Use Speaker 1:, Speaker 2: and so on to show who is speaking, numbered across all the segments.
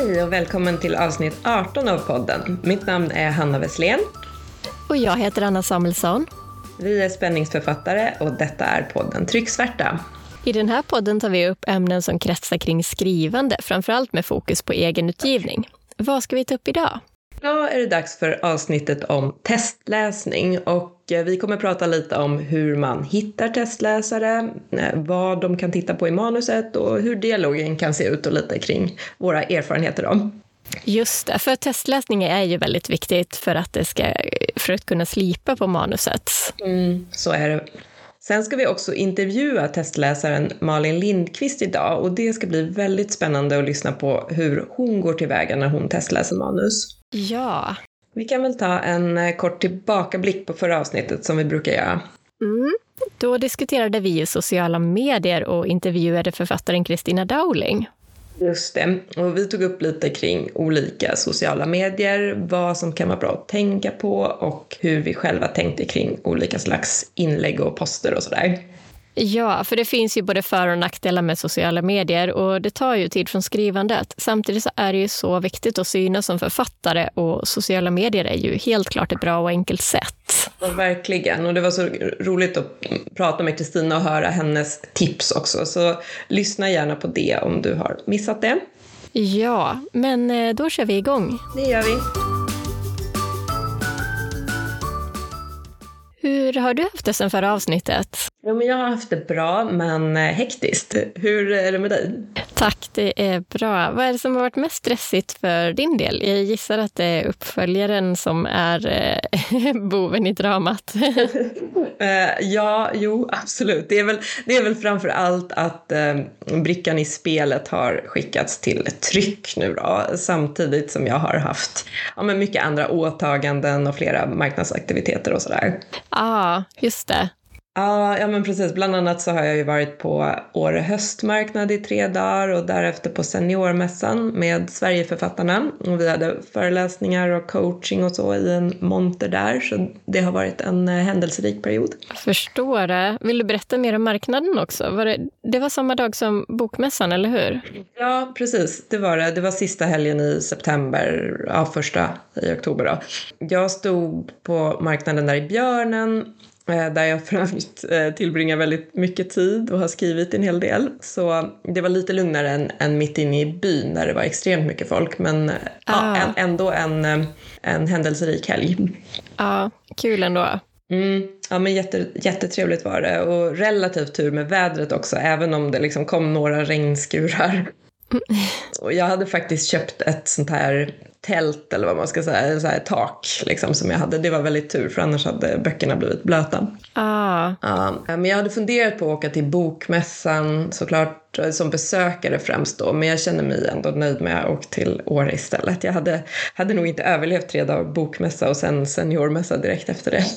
Speaker 1: Hej och välkommen till avsnitt 18 av podden. Mitt namn är Hanna Wesslén.
Speaker 2: Och jag heter Anna Samuelsson.
Speaker 1: Vi är spänningsförfattare och detta är podden Trycksvärta.
Speaker 2: I den här podden tar vi upp ämnen som kretsar kring skrivande, framförallt med fokus på egenutgivning. Vad ska vi ta upp idag?
Speaker 1: Idag är det dags för avsnittet om testläsning och vi kommer prata lite om hur man hittar testläsare, vad de kan titta på i manuset och hur dialogen kan se ut och lite kring våra erfarenheter om.
Speaker 2: Just det, för testläsning är ju väldigt viktigt för att kunna slipa på manuset.
Speaker 1: Så är det. Sen ska vi också intervjua testläsaren Malin Lindqvist idag och det ska bli väldigt spännande att lyssna på hur hon går tillväga när hon testläser manus.
Speaker 2: Ja.
Speaker 1: Vi kan väl ta en kort tillbakablick på förra avsnittet som vi brukar göra.
Speaker 2: Då diskuterade vi ju sociala medier och intervjuade författaren Kristina Dowling.
Speaker 1: Just det, och vi tog upp lite kring olika sociala medier, vad som kan vara bra att tänka på och hur vi själva tänkte kring olika slags inlägg och poster och sådär.
Speaker 2: Ja, för det finns ju både för- och nackdelar med sociala medier och det tar ju tid från skrivandet. Samtidigt så är det ju så viktigt att synas som författare och sociala medier är ju helt klart ett bra och enkelt sätt.
Speaker 1: Ja, verkligen, och det var så roligt att prata med Kristina och höra hennes tips också. Så lyssna gärna på det om du har missat det.
Speaker 2: Ja, men då kör vi igång.
Speaker 1: Det gör vi.
Speaker 2: Hur har du haft det sen förra avsnittet?
Speaker 1: Ja, men jag har haft det bra, men hektiskt. Hur är det med dig?
Speaker 2: Tack, det är bra. Vad är det som har varit mest stressigt för din del? Jag gissar att det är uppföljaren som är boven i dramat.
Speaker 1: Ja, absolut. Det är väl framför allt att brickan i spelet har skickats till tryck nu då. Samtidigt som jag har haft mycket andra åtaganden och flera marknadsaktiviteter och sådär.
Speaker 2: Ja, just det.
Speaker 1: Ja, men precis. Bland annat så har jag ju varit på Åre höstmarknad i 3 dagar och därefter på seniormässan med Sverigeförfattarna. Och vi hade föreläsningar och coaching och så i en monter där, så det har varit en händelserik period.
Speaker 2: Jag förstår det. Vill du berätta mer om marknaden också? Det var samma dag som bokmässan, eller hur?
Speaker 1: Ja, precis. Det var det. Det var sista helgen i september, första i oktober då. Jag stod på marknaden där i Björnen, där jag främst tillbringar väldigt mycket tid och har skrivit en hel del. Så det var lite lugnare än mitt inne i byn där det var extremt mycket folk. Men ändå en händelserik helg.
Speaker 2: Ja, kul ändå.
Speaker 1: Ja, men jättetrevligt var det. Och relativt tur med vädret också, även om det liksom kom några regnskurar. Och jag hade faktiskt köpt ett sånt här tält eller vad man ska säga, så här tak liksom, som jag hade. Det var väldigt tur, för annars hade böckerna blivit blöta. Men jag hade funderat på att åka till bokmässan såklart som besökare främst då, men jag känner mig ändå nöjd med att åka till Åre istället. Jag hade nog inte överlevt 3 dagar bokmässa och sen seniormässa direkt efter det.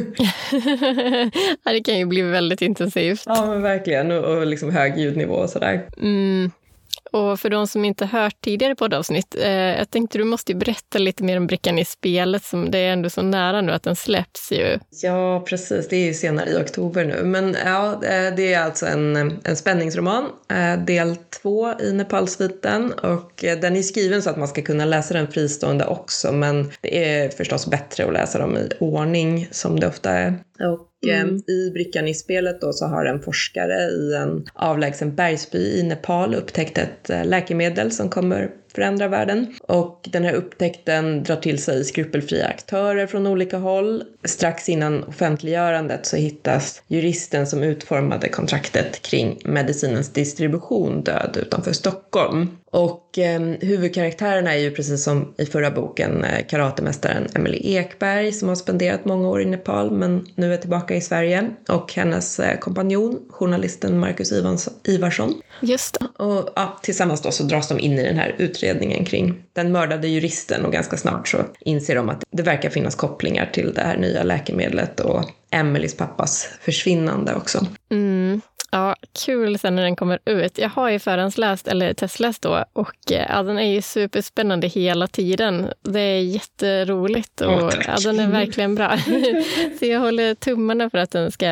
Speaker 2: Ja, det kan ju bli väldigt intensivt.
Speaker 1: Ja, men verkligen, och liksom hög ljudnivå och sådär.
Speaker 2: Och för de som inte hört tidigare poddavsnitt, jag tänkte du måste ju berätta lite mer om brickan i spelet, som det är ändå så nära nu att den släpps ju. Ja,
Speaker 1: precis. Det är ju senare i oktober nu. Men ja, det är alltså en spänningsroman, del 2 i Nepalsviten, och den är skriven så att man ska kunna läsa den fristående också, men det är förstås bättre att läsa dem i ordning som det ofta är. Och i brickan i spelet då så har en forskare i en avlägsen bergsby i Nepal upptäckt ett läkemedel som kommer förändra världen. Och den här upptäckten drar till sig skrupelfria aktörer från olika håll. Strax innan offentliggörandet så hittas juristen som utformade kontraktet kring medicinens distribution död utanför Stockholm. Och huvudkaraktärerna är ju precis som i förra boken karatemästaren Emily Ekberg som har spenderat många år i Nepal men nu är tillbaka i Sverige, och hennes kompanjon, journalisten Marcus Ivarsson.
Speaker 2: Just det.
Speaker 1: Och tillsammans då så dras de in i den här utredningen kring den mördade juristen, och ganska snart så inser de att det verkar finnas kopplingar till det här nya läkemedlet och Emelies pappas försvinnande också.
Speaker 2: Ja, kul sen när den kommer ut. Jag har ju förhandsläst eller testläst då och den är ju superspännande hela tiden. Det är jätteroligt och den är verkligen bra. Så jag håller tummarna för att den ska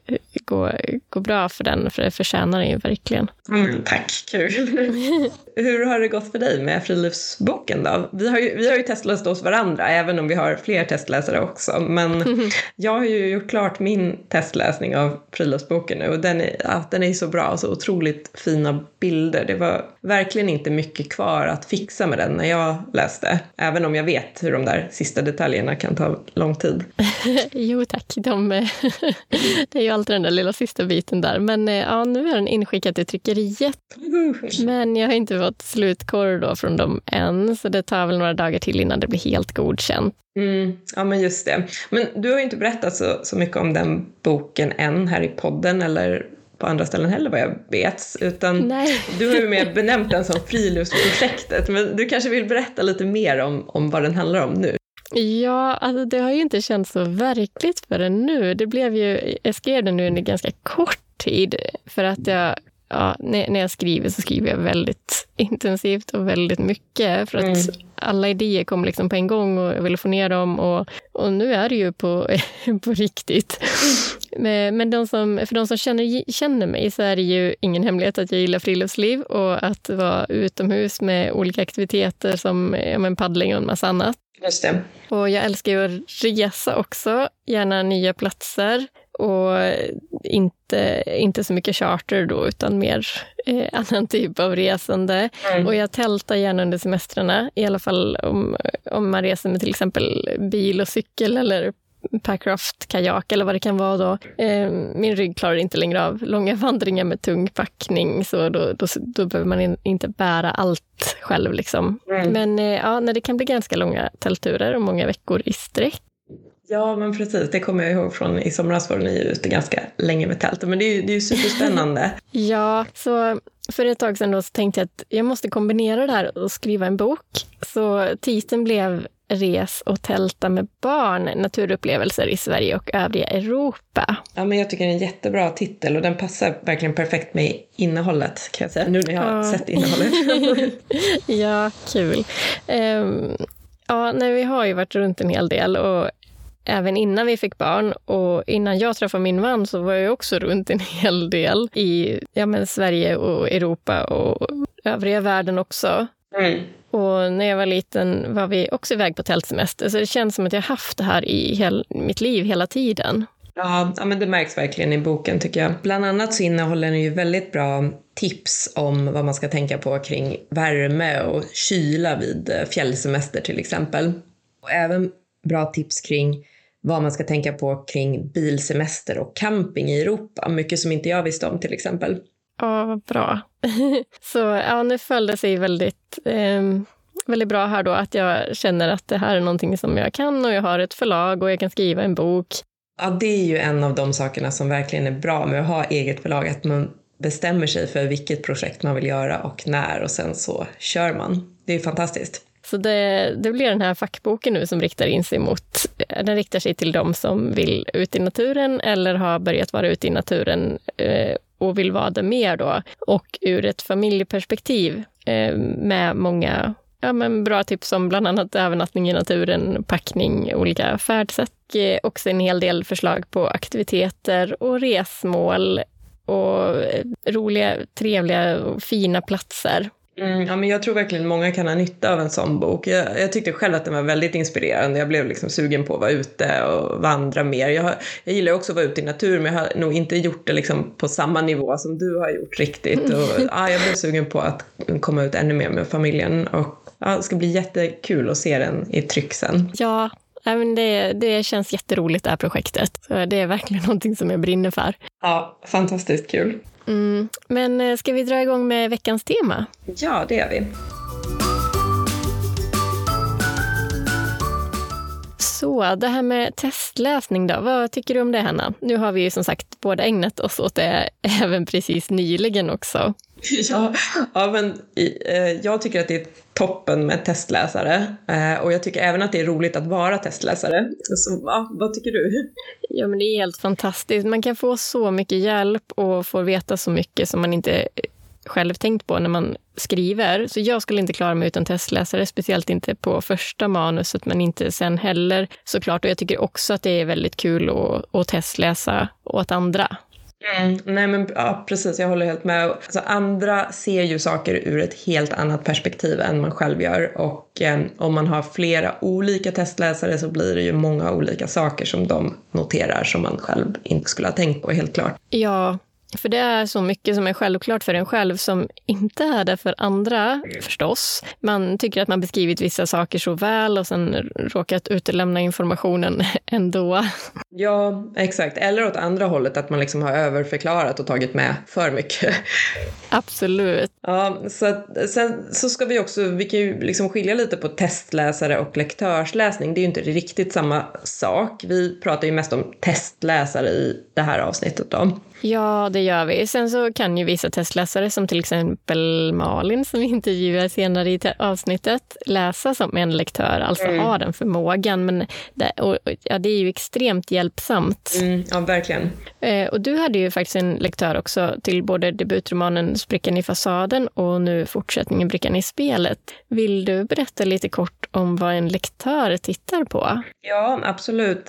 Speaker 2: gå bra för den, för det förtjänar den ju verkligen.
Speaker 1: Tack, kul. Hur har det gått för dig med friluftsboken då? Vi har ju testläst hos varandra, även om vi har fler testläsare också. Men jag har ju gjort klart min testläsning av friluftsboken nu. Och den är så bra och så otroligt fina bilder. Det var verkligen inte mycket kvar att fixa med den när jag läste. Även om jag vet hur de där sista detaljerna kan ta lång tid.
Speaker 2: Jo tack, det är ju alltid den där lilla sista biten där. Men nu är den inskickad till tryckeriet. Men jag har inte fått slutkorr då från dem än. Så det tar väl några dagar till innan det blir helt godkänt.
Speaker 1: Ja men just det. Men du har ju inte berättat så mycket om den boken än här i podden eller på andra ställen heller vad jag vet. Utan
Speaker 2: Nej.
Speaker 1: Du har ju mer benämnt den som friluftsprojektet. Men du kanske vill berätta lite mer om vad den handlar om nu.
Speaker 2: Ja, alltså det har ju inte känts så verkligt förrän nu. Jag skrev den nu under ganska kort tid för att när jag skriver så skriver jag väldigt intensivt och väldigt mycket för att alla idéer kommer liksom på en gång och jag vill få ner dem och nu är det ju på riktigt. Men för de som känner mig så är det ju ingen hemlighet att jag gillar friluftsliv och att vara utomhus med olika aktiviteter som paddling och en massa annat.
Speaker 1: Just det.
Speaker 2: Och jag älskar ju att resa också, gärna nya platser och inte så mycket charter då utan mer annan typ av resande. Och jag tältar gärna under semestrarna, i alla fall om man reser med till exempel bil och cykel eller Packraft, kajak eller vad det kan vara då. Min rygg klarar inte längre av långa vandringar med tung packning så då behöver man inte bära allt själv liksom. Men när det kan bli ganska långa tältturer och många veckor i sträck.
Speaker 1: Ja men precis, det kommer jag ihåg från i somras var ni ute ganska länge med tält. Men det är ju superspännande.
Speaker 2: Ja, så för ett tag sedan då så tänkte jag att jag måste kombinera det här och skriva en bok. Så titeln blev Res och tälta med barn, naturupplevelser i Sverige och övriga Europa.
Speaker 1: Ja, men jag tycker det är en jättebra titel och den passar verkligen perfekt med innehållet kan jag säga, nu när jag har sett innehållet.
Speaker 2: Ja, kul. Vi har ju varit runt en hel del och även innan vi fick barn och innan jag träffade min man så var jag också runt en hel del i Sverige och Europa och övriga världen också. Och när jag var liten var vi också iväg på tältsemester. Så det känns som att jag haft det här i mitt liv hela tiden.
Speaker 1: Ja, men det märks verkligen i boken tycker jag. Bland annat så innehåller den ju väldigt bra tips om vad man ska tänka på kring värme och kyla vid fjällsemester till exempel. Och även bra tips kring vad man ska tänka på kring bilsemester och camping i Europa. Mycket som inte jag visste om till exempel.
Speaker 2: Ja, vad bra. Så nu föll det sig väldigt bra här då att jag känner att det här är någonting som jag kan och jag har ett förlag och jag kan skriva en bok.
Speaker 1: Ja, det är ju en av de sakerna som verkligen är bra med att ha eget förlag, att man bestämmer sig för vilket projekt man vill göra och när och sen så kör man. Det är fantastiskt.
Speaker 2: Så det blir den här fackboken nu som den riktar sig till de som vill ut i naturen eller har börjat vara ute i naturen och vill vara det mer då. Och ur ett familjeperspektiv med många bra tips om bland annat övernattning i naturen, packning, olika färdsätt. Också en hel del förslag på aktiviteter och resmål och roliga, trevliga och fina platser.
Speaker 1: Ja, men jag tror verkligen många kan ha nytta av en sån bok. Jag tyckte själv att den var väldigt inspirerande. Jag blev liksom sugen på att vara ute och vandra mer. Jag gillar också att vara ute i natur, men jag har nog inte gjort det liksom på samma nivå som du har gjort riktigt. Och, jag blev sugen på att komma ut ännu mer med familjen. Och det ska bli jättekul att se den i tryck sen.
Speaker 2: Ja, men det känns jätteroligt det här projektet. Så det är verkligen någonting som jag brinner för.
Speaker 1: Ja, fantastiskt kul.
Speaker 2: Men ska vi dra igång med veckans tema?
Speaker 1: Ja, det gör vi.
Speaker 2: Så, det här med testläsning då. Vad tycker du om det, Hanna? Nu har vi ju som sagt båda ägnat oss åt det även precis nyligen också.
Speaker 1: Ja, men jag tycker att det är toppen med testläsare. Och jag tycker även att det är roligt att vara testläsare. Så, ja, vad tycker du?
Speaker 2: Ja, men det är helt fantastiskt. Man kan få så mycket hjälp och få veta så mycket som man inte själv tänkt på när man skriver. Så jag skulle inte klara mig utan testläsare, speciellt inte på första manuset, men inte sen heller såklart. Och jag tycker också att det är väldigt kul att testläsa åt andra.
Speaker 1: Nej men ja, precis, jag håller helt med. Alltså, andra ser ju saker ur ett helt annat perspektiv än man själv gör, och om man har flera olika testläsare så blir det ju många olika saker som de noterar som man själv inte skulle ha tänkt på, helt klart.
Speaker 2: Ja, för det är så mycket som är självklart för en själv som inte är det för andra, förstås. Man tycker att man beskrivit vissa saker så väl och sen råkat utelämna informationen ändå.
Speaker 1: Ja, exakt. Eller åt andra hållet, att man liksom har överförklarat och tagit med för mycket.
Speaker 2: Absolut.
Speaker 1: Ja, så att, sen så ska vi kan ju liksom skilja lite på testläsare och lektörsläsning. Det är ju inte riktigt samma sak. Vi pratar ju mest om testläsare i det här avsnittet då.
Speaker 2: Ja, det gör vi. Sen så kan ju vissa testläsare, som till exempel Malin som vi intervjuar senare i avsnittet, läsa som en lektör, alltså ha den förmågan. Men det är ju extremt hjälpsamt.
Speaker 1: Ja, verkligen.
Speaker 2: Och du hade ju faktiskt en lektör också till både debutromanen Sprickan i fasaden och nu fortsättningen Brickan i spelet. Vill du berätta lite kort om vad en lektör tittar på?
Speaker 1: Ja, absolut.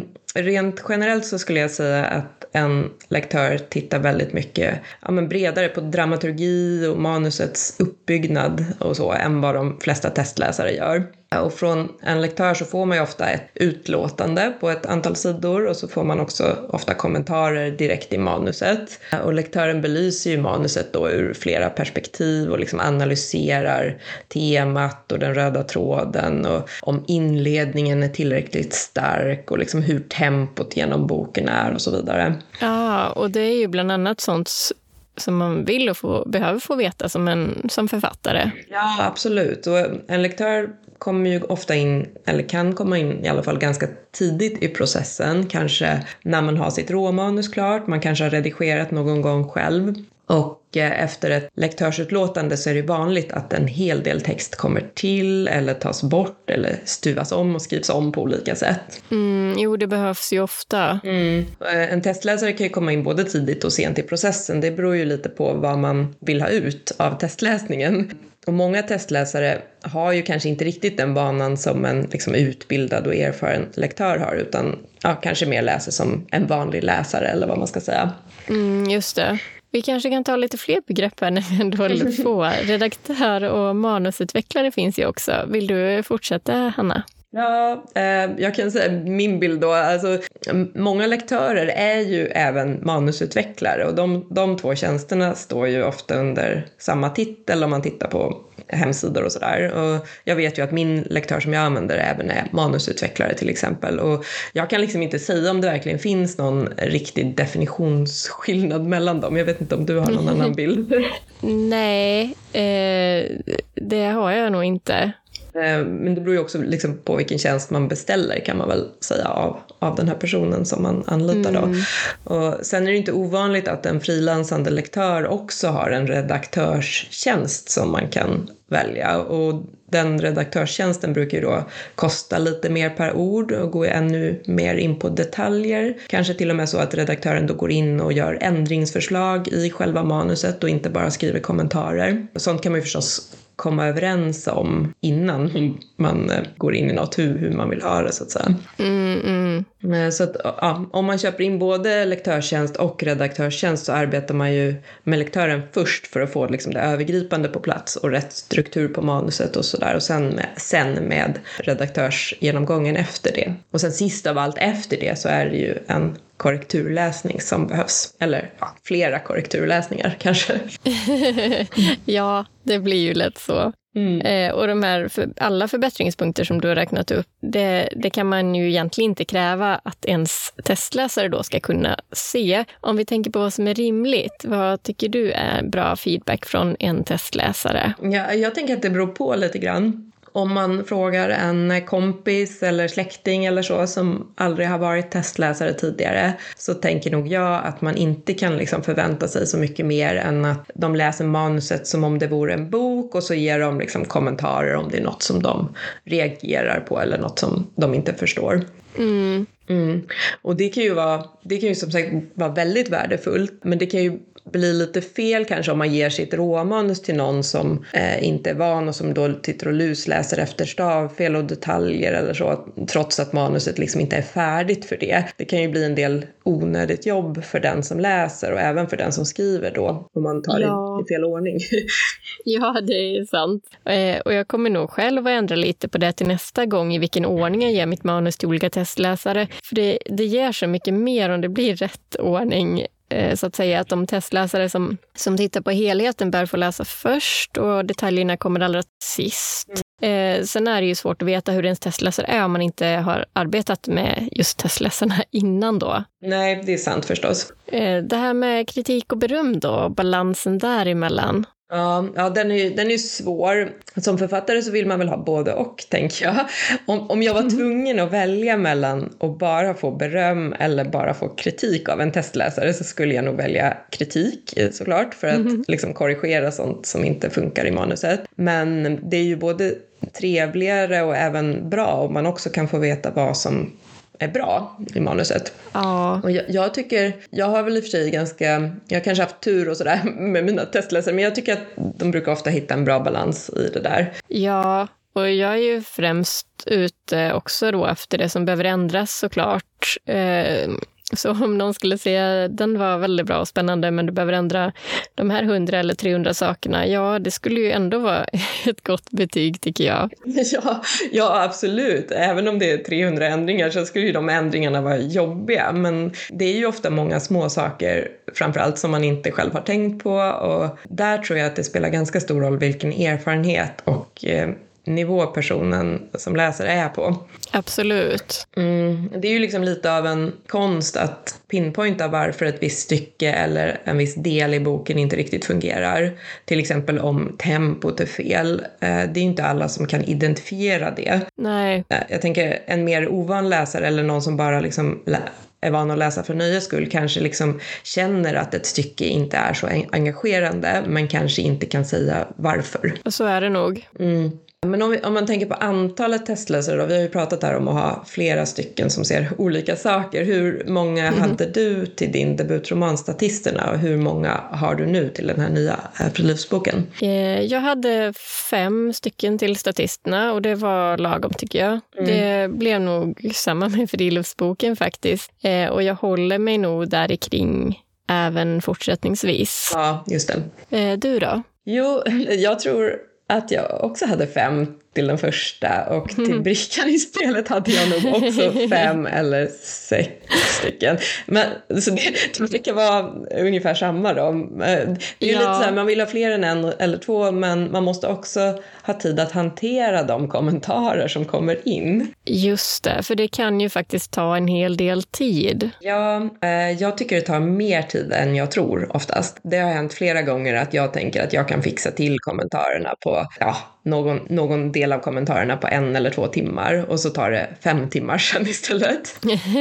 Speaker 1: Rent generellt så skulle jag säga att en lektör tittar väldigt mycket bredare på dramaturgi och manusets uppbyggnad och så än vad de flesta testläsare gör. Och från en lektör så får man ju ofta ett utlåtande på ett antal sidor, och så får man också ofta kommentarer direkt i manuset. Och lektören belyser ju manuset då ur flera perspektiv och liksom analyserar temat och den röda tråden, och om inledningen är tillräckligt stark och liksom hur tempot genom boken är och så vidare.
Speaker 2: Ja, och det är ju bland annat sånt som man vill och behöver få veta som författare.
Speaker 1: Ja, absolut. Och en lektör kommer ju ofta in, eller kan komma in i alla fall ganska tidigt i processen. Kanske när man har sitt råmanus klart, man kanske har redigerat någon gång själv. Och efter ett lektörsutlåtande så är det vanligt att en hel del text kommer till eller tas bort eller stuvas om och skrivs om på olika sätt.
Speaker 2: Jo, det behövs ju ofta.
Speaker 1: En testläsare kan ju komma in både tidigt och sent i processen. Det beror ju lite på vad man vill ha ut av testläsningen. Och många testläsare har ju kanske inte riktigt den vanan som en liksom utbildad och erfaren lektör har, utan kanske mer läser som en vanlig läsare eller vad man ska säga.
Speaker 2: Just det. Vi kanske kan ta lite fler begrepp här när vi ändå håller på. Redaktör och manusutvecklare finns ju också. Vill du fortsätta, Hanna?
Speaker 1: Ja, jag kan säga min bild då. Alltså, många lektörer är ju även manusutvecklare, och de två tjänsterna står ju ofta under samma titel om man tittar på hemsidor och sådär. Och jag vet ju att min lektör som jag använder även är manusutvecklare till exempel. Och jag kan liksom inte säga om det verkligen finns någon riktig definitionsskillnad mellan dem. Jag vet inte om du har någon annan bild.
Speaker 2: Nej, det har jag nog inte.
Speaker 1: Men det beror ju också liksom på vilken tjänst man beställer, kan man väl säga, av den här personen som man anlitar då. Och sen är det inte ovanligt att en frilansande lektör också har en redaktörstjänst som man kan välja, och den redaktörstjänsten brukar ju då kosta lite mer per ord och gå ännu mer in på detaljer. Kanske till och med så att redaktören då går in och gör ändringsförslag i själva manuset och inte bara skriver kommentarer. Sånt kan man ju förstås komma överens om innan man går in i något, hur man vill ha det så att säga. Så att, om man köper in både lektörstjänst och redaktörstjänst så arbetar man ju med lektören först för att få liksom det övergripande på plats och rätt struktur på manuset och sådär, och sen med redaktörsgenomgången efter det. Och sen sist av allt efter det så är det ju en korrekturläsning som behövs. Eller flera korrekturläsningar kanske.
Speaker 2: Ja, det blir ju lätt så. Och de här alla förbättringspunkter som du har räknat upp, det kan man ju egentligen inte kräva att ens testläsare då ska kunna se. Om vi tänker på vad som är rimligt, vad tycker du är bra feedback från en testläsare?
Speaker 1: Ja, jag tänker att det beror på lite grann. om man frågar en kompis eller släkting eller så som aldrig har varit testläsare tidigare, så tänker nog jag att man inte kan liksom förvänta sig så mycket mer än att de läser manuset som om det vore en bok, och så ger de liksom kommentarer om det är något som de reagerar på eller något som de inte förstår. Och det kan ju som sagt vara väldigt värdefullt, men det kan ju bli lite fel kanske om man ger sitt råmanus till någon som inte är van och som då tittar och lusläser efter stavfel och detaljer eller så, trots att manuset liksom inte är färdigt för det. Det kan ju bli en del onödigt jobb för den som läser och även för den som skriver då, om man tar i fel ordning.
Speaker 2: Ja, det är sant. Och jag kommer nog själv att ändra lite på det till nästa gång, i vilken ordning jag ger mitt manus till olika testläsare. För det ger så mycket mer om det blir rätt ordning. Så att säga att de testläsare som tittar på helheten bör få läsa först och detaljerna kommer allra sist. Sen är det ju svårt att veta hur ens testläsare är om man inte har arbetat med just testläsarna innan då.
Speaker 1: Nej, det är sant förstås.
Speaker 2: Det här med kritik och beröm då, balansen däremellan.
Speaker 1: Ja, den är svår. Som författare så vill man väl ha både och, tänker jag. Om jag var tvungen att välja mellan att bara få beröm eller bara få kritik av en testläsare, så skulle jag nog välja kritik såklart, för att liksom korrigera sånt som inte funkar i manuset. Men det är ju både trevligare och även bra om man också kan få veta vad som är bra i manuset.
Speaker 2: Ja.
Speaker 1: Och jag tycker, jag har väl i och för sig jag har kanske haft tur och sådär med mina testläsare, men jag tycker att de brukar ofta hitta en bra balans i det där.
Speaker 2: Ja, och jag är ju främst ute också då efter det som behöver ändras såklart. Så om någon skulle säga den var väldigt bra och spännande, men du behöver ändra de här 100 eller 300 sakerna. Ja, det skulle ju ändå vara ett gott betyg, tycker jag.
Speaker 1: Ja, absolut. Även om det är 300 ändringar så skulle ju de ändringarna vara jobbiga. Men det är ju ofta många små saker, framförallt som man inte själv har tänkt på. Och där tror jag att det spelar ganska stor roll vilken erfarenhet och nivå personen som läser är på.
Speaker 2: Absolut.
Speaker 1: Det är ju liksom lite av en konst att pinpointa varför ett visst stycke eller en viss del i boken inte riktigt fungerar. Till exempel om tempot är fel. Det är inte alla som kan identifiera det.
Speaker 2: Nej.
Speaker 1: Jag tänker en mer ovan läsare eller någon som bara liksom är van att läsa för nöjes skull kanske liksom känner att ett stycke inte är så engagerande, men kanske inte kan säga varför.
Speaker 2: Och så är det nog.
Speaker 1: Men om man tänker på antalet testläsare då, vi har ju pratat här om att ha flera stycken som ser olika saker. Hur många hade du till din debutroman Statisterna och hur många har du nu till den här nya friluftsboken?
Speaker 2: Jag hade 5 stycken till Statisterna och det var lagom, tycker jag. Det blev nog samma med friluftsboken faktiskt. Och jag håller mig nog där kring även fortsättningsvis.
Speaker 1: Ja, just det.
Speaker 2: Du då?
Speaker 1: Jo, jag tror att jag också hade 5 till den första, och till brickan i spelet hade jag nog också 5 eller 6 stycken. Men så det brukar vara ungefär samma då. Det är ju lite så här, man vill ha fler än 1 eller 2, men man måste också ha tid att hantera de kommentarer som kommer in.
Speaker 2: Just det, för det kan ju faktiskt ta en hel del tid.
Speaker 1: Ja, jag tycker det tar mer tid än jag tror oftast. Det har hänt flera gånger att jag tänker att jag kan fixa till kommentarerna på någon del av kommentarerna på 1 eller 2 timmar, och så tar det 5 timmar sedan istället.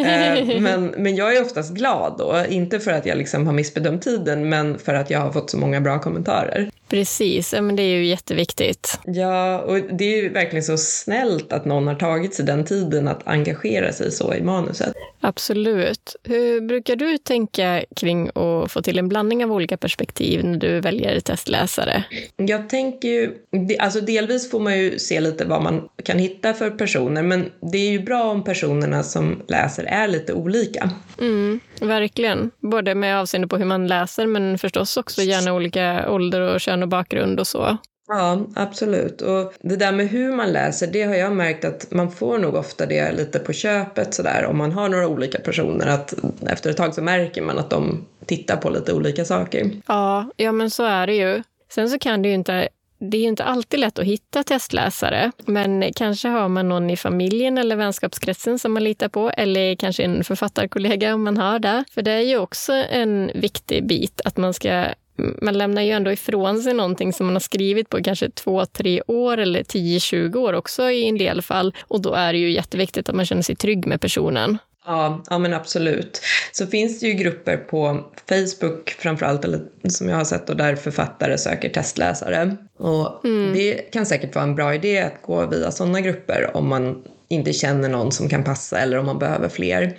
Speaker 1: Men jag är oftast glad då, inte för att jag liksom har missbedömt tiden, men för att jag har fått så många bra kommentarer.
Speaker 2: Precis, men det är ju jätteviktigt.
Speaker 1: Ja, och det är ju verkligen så snällt att någon har tagit sig den tiden att engagera sig så i manuset.
Speaker 2: Absolut. Hur brukar du tänka kring att få till en blandning av olika perspektiv när du väljer testläsare?
Speaker 1: Jag tänker ju, alltså delvis får man ju se lite vad man kan hitta för personer, men det är ju bra om personerna som läser är lite olika.
Speaker 2: Verkligen. Både med avseende på hur man läser, men förstås också gärna olika ålder och kön och bakgrund och så.
Speaker 1: Ja, absolut. Och det där med hur man läser, det har jag märkt att man får nog ofta det lite på köpet sådär. Om man har några olika personer, att efter ett tag så märker man att de tittar på lite olika saker.
Speaker 2: Ja, men så är det ju. Sen så kan det är ju inte alltid lätt att hitta testläsare, men kanske har man någon i familjen eller vänskapskretsen som man litar på, eller kanske en författarkollega om man har det. För det är ju också en viktig bit att man ska man lämnar ju ändå ifrån sig någonting som man har skrivit på kanske 2-3 år eller 10-20 år också i en del fall. Och då är det ju jätteviktigt att man känner sig trygg med personen.
Speaker 1: Ja, men absolut. Så finns det ju grupper på Facebook framförallt, eller som jag har sett, och där författare söker testläsare. Och det kan säkert vara en bra idé att gå via sådana grupper om man inte känner någon som kan passa eller om man behöver fler.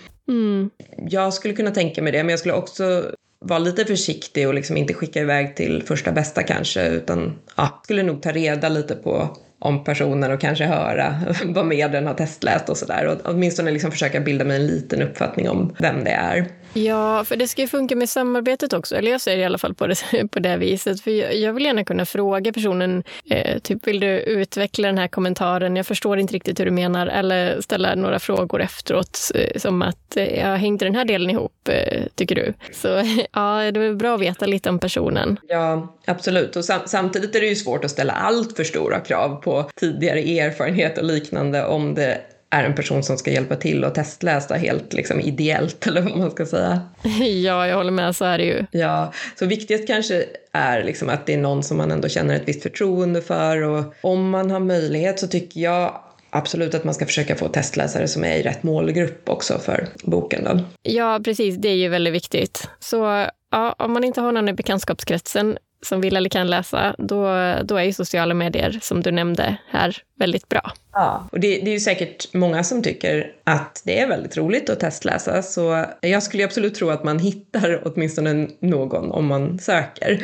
Speaker 1: Jag skulle kunna tänka mig det, men jag skulle också vara lite försiktig och liksom inte skicka iväg till första bästa kanske, utan skulle nog ta reda lite på om personen och kanske höra vad med den har testläst och sådär. Och åtminstone liksom försöka bilda mig en liten uppfattning om vem det är.
Speaker 2: Ja, för det ska ju funka med samarbetet också. Eller jag ser i alla fall på det viset. För jag vill gärna kunna fråga personen, typ vill du utveckla den här kommentaren? Jag förstår inte riktigt hur du menar. Eller ställa några frågor efteråt som att jag hängde den här delen ihop, tycker du? Så ja, det är bra att veta lite om personen.
Speaker 1: Ja, absolut. Och samtidigt är det ju svårt att ställa allt för stora krav på tidigare erfarenhet och liknande om det är en person som ska hjälpa till och testläsa helt liksom ideellt, eller vad man ska säga.
Speaker 2: Ja, jag håller med, så är det ju.
Speaker 1: Ja, så viktigast kanske är liksom att det är någon som man ändå känner ett visst förtroende för, och om man har möjlighet så tycker jag absolut att man ska försöka få testläsare som är i rätt målgrupp också för boken då.
Speaker 2: Ja, precis. Det är ju väldigt viktigt. Så ja, om man inte har någon i bekantskapskretsen som vill eller kan läsa, då är ju sociala medier, som du nämnde här, väldigt bra.
Speaker 1: Ja, och det är ju säkert många som tycker att det är väldigt roligt att testläsa, så jag skulle absolut tro att man hittar åtminstone någon om man söker.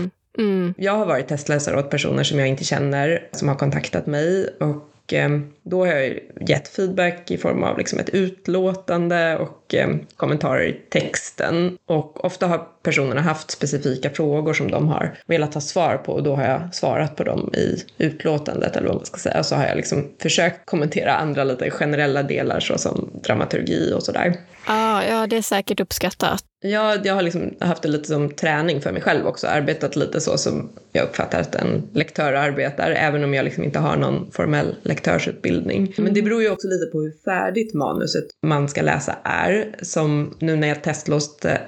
Speaker 1: Jag har varit testläsare åt personer som jag inte känner som har kontaktat mig, och då har jag gett feedback i form av liksom ett utlåtande och kommentarer i texten. Och ofta har personerna haft specifika frågor som de har velat ha svar på, och då har jag svarat på dem i utlåtandet, eller vad man ska säga. Och så har jag liksom försökt kommentera andra lite generella delar, såsom dramaturgi och sådär.
Speaker 2: Ja, det är säkert uppskattat.
Speaker 1: Ja, jag har liksom haft det lite som träning för mig själv också. Arbetat lite så som jag uppfattar att en lektör arbetar, även om jag liksom inte har någon formell lektörsutbildning. Men det beror ju också lite på hur färdigt manuset man ska läsa är. Som nu när jag testläste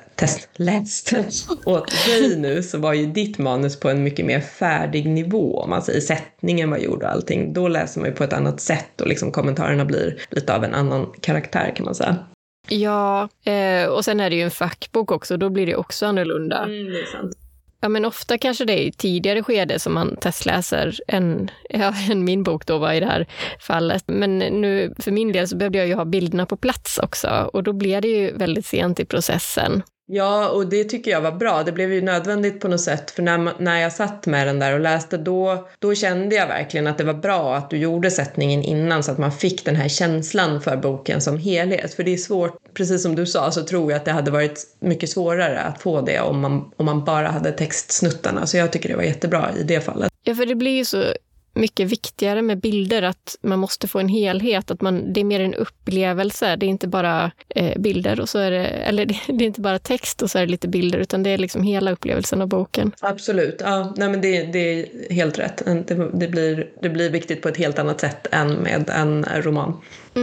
Speaker 1: åt dig nu, så var ju ditt manus på en mycket mer färdig nivå. Om man säger sättningen var gjord och allting. Då läser man ju på ett annat sätt, och liksom kommentarerna blir lite av en annan karaktär, kan man säga.
Speaker 2: Ja, och sen är det ju en fackbok också, då blir det också annorlunda.
Speaker 1: Det är sant.
Speaker 2: Ja, men ofta kanske det är i tidigare skede som man testläser än min bok då var i det här fallet. Men nu för min del så behövde jag ju ha bilderna på plats också, och då blev det ju väldigt sent i processen.
Speaker 1: Ja, och det tycker jag var bra. Det blev ju nödvändigt på något sätt. För när jag satt med den där och läste, då kände jag verkligen att det var bra att du gjorde sättningen innan, så att man fick den här känslan för boken som helhet. För det är svårt, precis som du sa, så tror jag att det hade varit mycket svårare att få det om man bara hade textsnuttarna. Så jag tycker det var jättebra i det fallet. Ja,
Speaker 2: för det blir ju så mycket viktigare med bilder, att man måste få en helhet, att det är mer en upplevelse, det är inte bara bilder och så är det, eller det är inte bara text och så är det lite bilder, utan det är liksom hela upplevelsen av boken.
Speaker 1: Absolut, ja, nej, men det är helt rätt. Det blir viktigt på ett helt annat sätt än med en roman.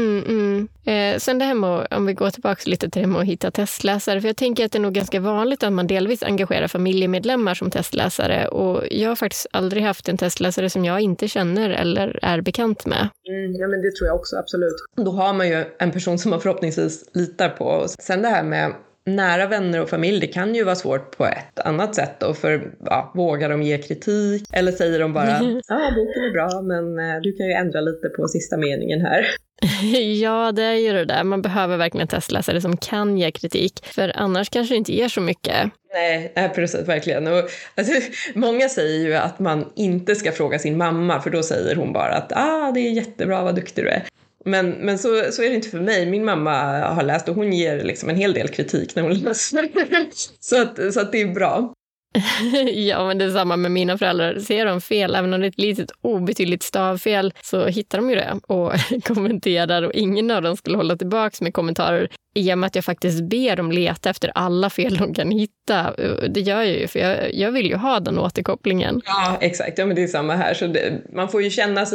Speaker 2: Sen det här med, om vi går tillbaka lite till det med att hitta testläsare, för jag tänker att det är nog ganska vanligt att man delvis engagerar familjemedlemmar som testläsare, och jag har faktiskt aldrig haft en testläsare som jag inte känner eller är bekant med.
Speaker 1: Ja, men det tror jag också, absolut. Då har man ju en person som man förhoppningsvis litar på. Och sen det här med nära vänner och familj, det kan ju vara svårt på ett annat sätt då, för vågar de ge kritik, eller säger de bara boken är bra, men du kan ju ändra lite på sista meningen här.
Speaker 2: Ja, det är ju det där. Man behöver verkligen testläsare som kan ge kritik, för annars kanske det inte ger så mycket.
Speaker 1: Nej, precis, verkligen. Och, alltså, många säger ju att man inte ska fråga sin mamma, för då säger hon bara att det är jättebra, vad duktig du är. Men så är det inte för mig. Min mamma har läst och hon ger liksom en hel del kritik när hon läser. så att det är bra.
Speaker 2: Ja, men det är samma med mina föräldrar. Ser de fel, även om det är ett litet obetydligt stavfel, så hittar de ju det och kommenterar, och ingen av dem skulle hålla tillbaka med kommentarer i och med att jag faktiskt ber dem leta efter alla fel de kan hitta. Det gör jag ju, för jag vill ju ha den återkopplingen. Ja, exakt. Ja, men det är samma här. Så man får ju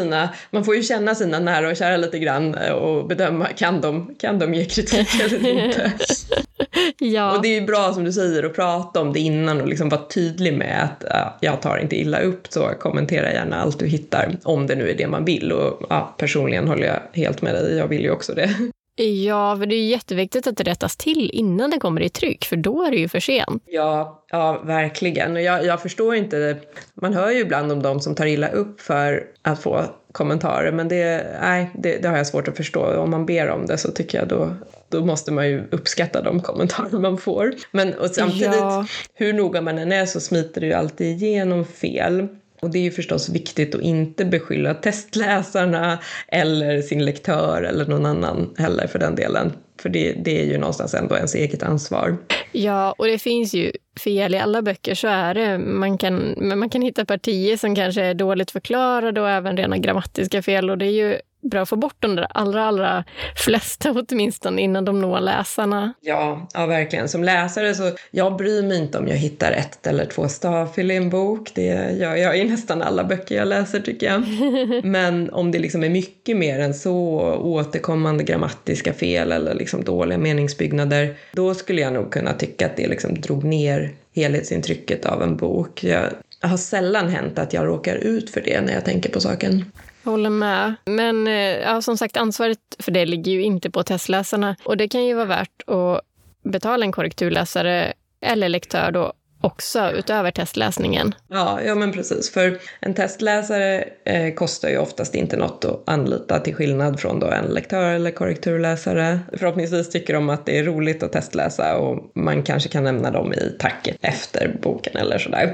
Speaker 2: känna sina nära och kära lite grann och bedöma, kan de ge kritik eller inte. Ja.
Speaker 1: Och det är ju bra som du säger att prata om det innan och liksom vara tydlig med att jag tar inte illa upp, så kommentera gärna allt du hittar om det nu är det man vill. Och personligen håller jag helt med dig, jag vill ju också det.
Speaker 2: Ja, för det är jätteviktigt att det rättas till innan det kommer i tryck, för då är det ju för sent.
Speaker 1: Ja, verkligen. Och jag förstår inte, man hör ju ibland om de som tar illa upp för att få kommentarer, men det har jag svårt att förstå. Om man ber om det så tycker jag då måste man ju uppskatta de kommentarer man får. Men och samtidigt, hur noga man än är så smiter det ju alltid igenom fel. Och det är ju förstås viktigt att inte beskylla testläsarna eller sin lektör eller någon annan heller för den delen. För det är ju någonstans ändå ens eget ansvar.
Speaker 2: Ja, och det finns ju fel i alla böcker, så är det. Man kan hitta partier som kanske är dåligt förklarade och även rena grammatiska fel. Och det är ju bra att få bort de där allra flesta åtminstone innan de når läsarna. Ja,
Speaker 1: verkligen. Som läsare så jag bryr mig inte om jag hittar 1 eller 2 stavfel i en bok. Det gör jag i nästan alla böcker jag läser, tycker jag. Men om det liksom är mycket mer än så, återkommande grammatiska fel eller liksom dåliga meningsbyggnader, då skulle jag nog kunna tycka att det liksom drog ner helhetsintrycket av en bok. Jag har sällan hänt att jag råkar ut för det när jag tänker på saken.
Speaker 2: Håller med. Men som sagt, ansvaret för det ligger ju inte på testläsarna. Och det kan ju vara värt att betala en korrekturläsare eller lektör då också utöver testläsningen.
Speaker 1: Ja, men precis. För en testläsare kostar ju oftast inte något att anlita, till skillnad från då en lektör eller korrekturläsare. Förhoppningsvis tycker de att det är roligt att testläsa och man kanske kan nämna dem i tacket efter boken eller sådär.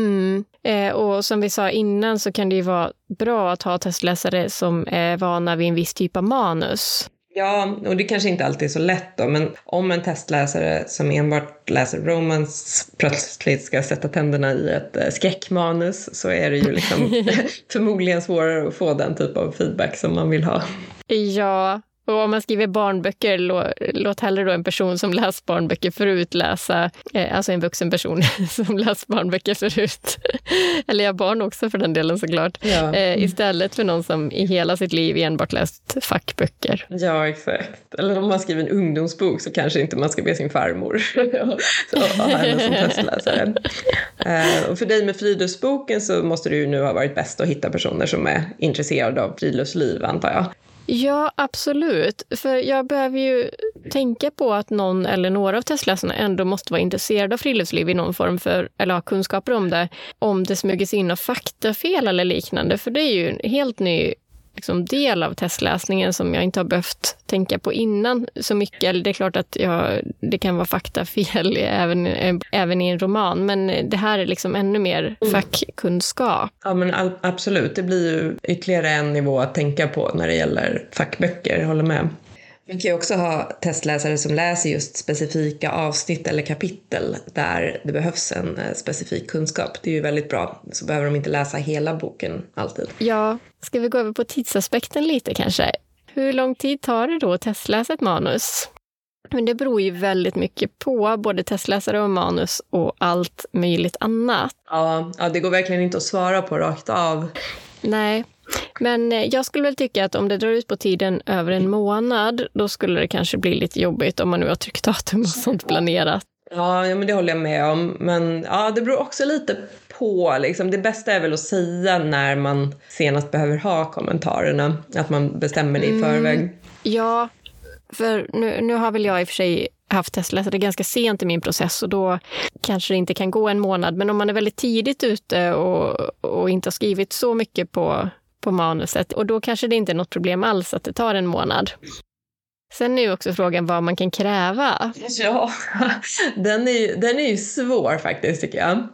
Speaker 2: Och som vi sa innan så kan det ju vara bra att ha testläsare som är vana vid en viss typ av manus.
Speaker 1: Ja, och det kanske inte alltid är så lätt då, men om en testläsare som enbart läser romance plötsligt ska sätta tänderna i ett skräckmanus, så är det ju liksom förmodligen svårare att få den typ av feedback som man vill ha.
Speaker 2: Ja, och om man skriver barnböcker, låt hellre då en person som läst barnböcker förut läsa, alltså en vuxen person som läst barnböcker förut, eller jag barn också för den delen såklart, istället för någon som i hela sitt liv enbart läst fackböcker.
Speaker 1: Ja, exakt. Eller om man skriver en ungdomsbok så kanske inte man ska be sin farmor så henne som testläsare. Och för dig med friluftsboken så måste det ju nu ha varit bäst att hitta personer som är intresserade av friluftsliv, antar jag.
Speaker 2: Ja, absolut. För jag behöver ju tänka på att någon eller några av testläsarna ändå måste vara intresserade av friluftsliv i någon form eller ha kunskaper om det smyger sig in av faktafel eller liknande. För det är ju en helt ny del av testläsningen som jag inte har behövt tänka på innan så mycket. Eller det är klart att det kan vara faktafel även i en roman, men det här är liksom ännu mer fackkunskap.
Speaker 1: Ja, men absolut. Det blir ju ytterligare en nivå att tänka på när det gäller fackböcker, jag håller med. Man kan ju också ha testläsare som läser just specifika avsnitt eller kapitel där det behövs en specifik kunskap. Det är ju väldigt bra, så behöver de inte läsa hela boken alltid.
Speaker 2: Ja, ska vi gå över på tidsaspekten lite kanske? Hur lång tid tar det då att testläsa ett manus? Men det beror ju väldigt mycket på både testläsare och manus och allt möjligt annat.
Speaker 1: Ja, det går verkligen inte att svara på rakt av.
Speaker 2: Nej. Men jag skulle väl tycka att om det drar ut på tiden över en månad, då skulle det kanske bli lite jobbigt om man nu har tryckdatum och sånt planerat.
Speaker 1: Ja, men det håller jag med om. Men det beror också lite på. Liksom. Det bästa är väl att säga när man senast behöver ha kommentarerna. Att man bestämmer det i förväg. Ja,
Speaker 2: för nu har väl jag i och för sig haft testläsare ganska sent i min process och då kanske det inte kan gå en månad. Men om man är väldigt tidigt ute och inte har skrivit så mycket på manuset, och då kanske det inte är något problem alls att det tar en månad. Sen är ju också frågan vad man kan kräva.
Speaker 1: Ja, den är ju svår faktiskt, tycker jag.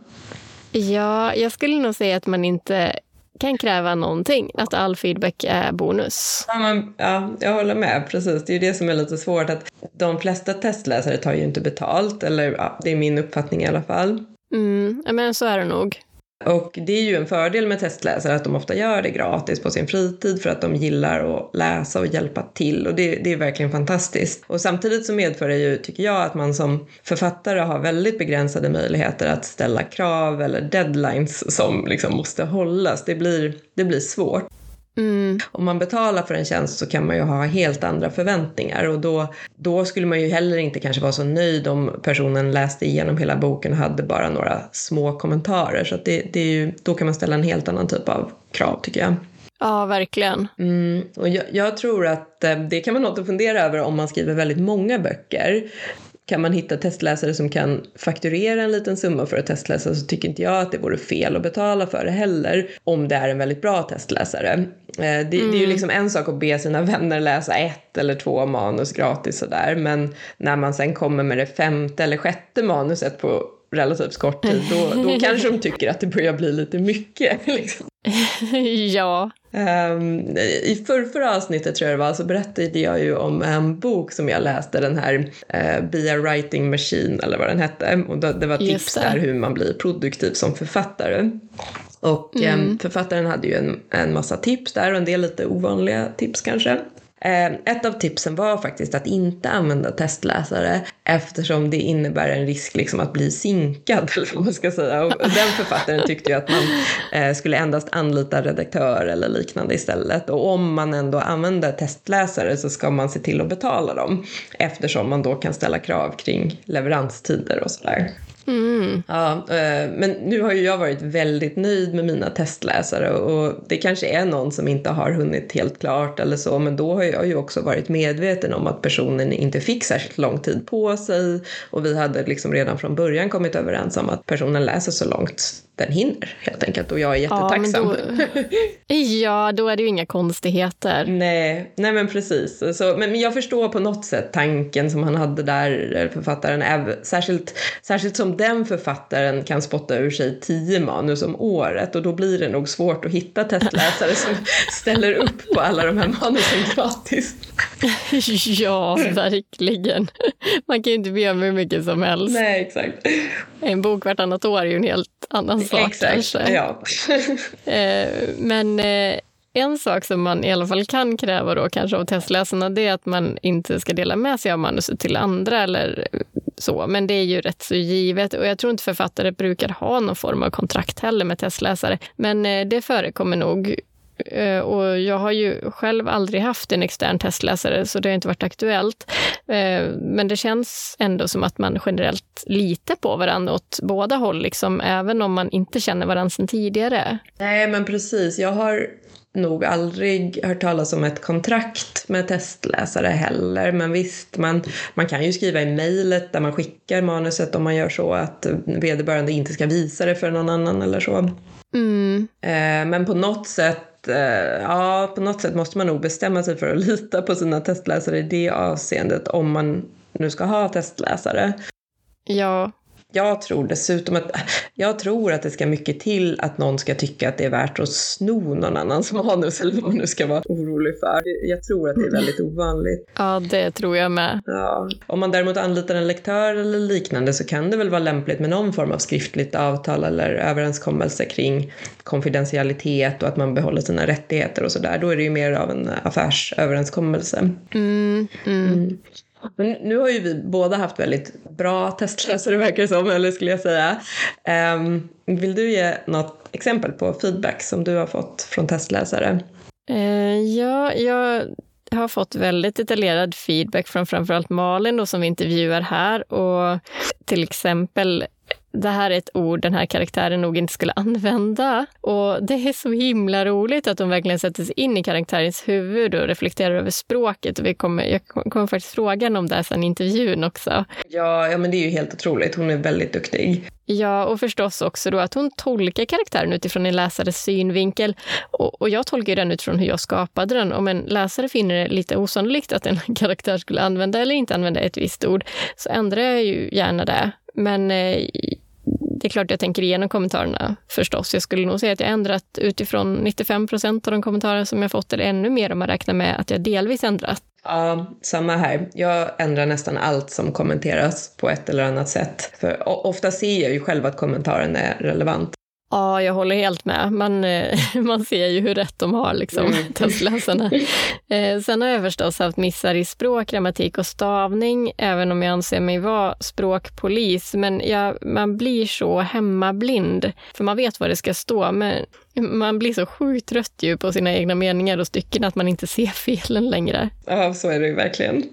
Speaker 2: Ja, jag skulle nog säga att man inte kan kräva någonting, att all feedback är bonus.
Speaker 1: Ja, jag håller med, precis. Det är ju det som är lite svårt, att de flesta testläsare tar ju inte betalt, eller det är min uppfattning i alla fall.
Speaker 2: Men så är det nog.
Speaker 1: Och det är ju en fördel med testläsare att de ofta gör det gratis på sin fritid för att de gillar att läsa och hjälpa till. Och det är verkligen fantastiskt. Och samtidigt så medför det ju, tycker jag, att man som författare har väldigt begränsade möjligheter att ställa krav eller deadlines som liksom måste hållas. Det blir svårt. Om man betalar för en tjänst så kan man ju ha helt andra förväntningar, och då skulle man ju heller inte kanske vara så nöjd om personen läste igenom hela boken och hade bara några små kommentarer. Så att det är ju, då kan man ställa en helt annan typ av krav, tycker jag.
Speaker 2: Ja, verkligen.
Speaker 1: Och jag tror att det kan man också fundera över om man skriver väldigt många böcker. Kan man hitta testläsare som kan fakturera en liten summa för att testläsa, så tycker inte jag att det vore fel att betala för det heller, om det är en väldigt bra testläsare. Det är ju liksom en sak att be sina vänner läsa 1 eller 2 manus gratis sådär, men när man sen kommer med det 5:e eller 6:e manuset på relativt kort tid, då kanske de tycker att det börjar bli lite mycket. Liksom.
Speaker 2: Ja.
Speaker 1: I förra avsnittet tror jag det var, så berättade jag ju om en bok som jag läste, den här Be a Writing Machine eller vad den hette, och det var tips där hur man blir produktiv som författare. Och författaren hade ju en massa tips där, och en del lite ovanliga tips kanske. Ett av tipsen var faktiskt att inte använda testläsare, eftersom det innebär en risk liksom att bli sinkad, eller vad man ska säga. Och den författaren tyckte ju att man skulle endast anlita redaktör eller liknande istället. Och om man ändå använder testläsare så ska man se till att betala dem, eftersom man då kan ställa krav kring leveranstider och sådär. Ja, men nu har ju jag varit väldigt nöjd med mina testläsare, och det kanske är någon som inte har hunnit helt klart eller så, men då har jag ju också varit medveten om att personen inte fick särskilt lång tid på sig, och vi hade liksom redan från början kommit överens om att personen läser så långt den hinner, helt enkelt, och jag är jättetacksam.
Speaker 2: Ja, då är det ju inga konstigheter.
Speaker 1: Nej men precis. Så, men jag förstår på något sätt tanken som han hade där, författaren, särskilt som den författaren kan spotta ur sig 10 manus om året, och då blir det nog svårt att hitta testläsare som ställer upp på alla de här manusen gratis.
Speaker 2: Ja, verkligen. Man kan ju inte be hur mycket som helst.
Speaker 1: Nej, exakt.
Speaker 2: En bok vartannat år är ju en helt annan sak.
Speaker 1: Exakt, kanske. Ja.
Speaker 2: Men en sak som man i alla fall kan kräva då kanske av testläsarna, det är att man inte ska dela med sig av manuset till andra eller så. Men det är ju rätt så givet, och jag tror inte författare brukar ha någon form av kontrakt heller med testläsare. Men det förekommer nog. Och jag har ju själv aldrig haft en extern testläsare, så det har inte varit aktuellt. Men det känns ändå som att man generellt litar på varandra åt båda håll, liksom, även om man inte känner varandra sedan tidigare.
Speaker 1: Nej, men precis. Jag har nog aldrig hört talas om ett kontrakt med testläsare heller, men visst, man kan ju skriva i mejlet där man skickar manuset, om man gör så att vederbörande inte ska visa det för någon annan eller så. Men på något sätt måste man nog bestämma sig för att lita på sina testläsare i det avseendet, om man nu ska ha testläsare.
Speaker 2: Ja.
Speaker 1: Jag tror dessutom att det ska mycket till att någon ska tycka att det är värt att sno någon annans manus, eller vad man nu ska vara orolig för. Jag tror att det är väldigt ovanligt.
Speaker 2: Ja, det tror jag med.
Speaker 1: Ja. Om man däremot anlitar en lektör eller liknande, så kan det väl vara lämpligt med någon form av skriftligt avtal eller överenskommelse kring konfidentialitet och att man behåller sina rättigheter och sådär. Då är det ju mer av en affärsöverenskommelse. Men nu har ju vi båda haft väldigt bra testläsare, verkar det som, eller skulle jag säga. Vill du ge något exempel på feedback som du har fått från testläsare?
Speaker 2: Ja, jag har fått väldigt detaljerad feedback från framförallt Malin då, som vi intervjuar här. Och till exempel, det här är ett ord den här karaktären nog inte skulle använda. Och det är så himla roligt att de verkligen sätter sig in i karaktärens huvud och reflekterar över språket. Och jag kommer faktiskt fråga henne om det här sen i intervjun också.
Speaker 1: Ja, men det är ju helt otroligt. Hon är väldigt duktig.
Speaker 2: Ja, och förstås också då att hon tolkar karaktären utifrån en läsares synvinkel. Och jag tolkar den utifrån hur jag skapade den. Om en läsare finner det lite osannolikt att en karaktär skulle använda eller inte använda ett visst ord, så ändrar jag ju gärna det. Men det är klart jag tänker igenom kommentarerna förstås. Jag skulle nog säga att jag ändrat utifrån 95% av de kommentarer som jag fått, eller ännu mer om man räknar med att jag delvis ändrat.
Speaker 1: Ja, samma här. Jag ändrar nästan allt som kommenteras på ett eller annat sätt. För ofta ser jag ju själv att kommentaren är relevant.
Speaker 2: Ja, jag håller helt med. Man ser ju hur rätt de har, liksom, testläsarna. Sen har jag förstås haft missar i språk, grammatik och stavning, även om jag anser mig vara språkpolis. Men man blir så hemmablind, för man vet vad det ska stå, men man blir så sjukt trött ju på sina egna meningar och stycken att man inte ser felen längre.
Speaker 1: Ja, så är det ju verkligen.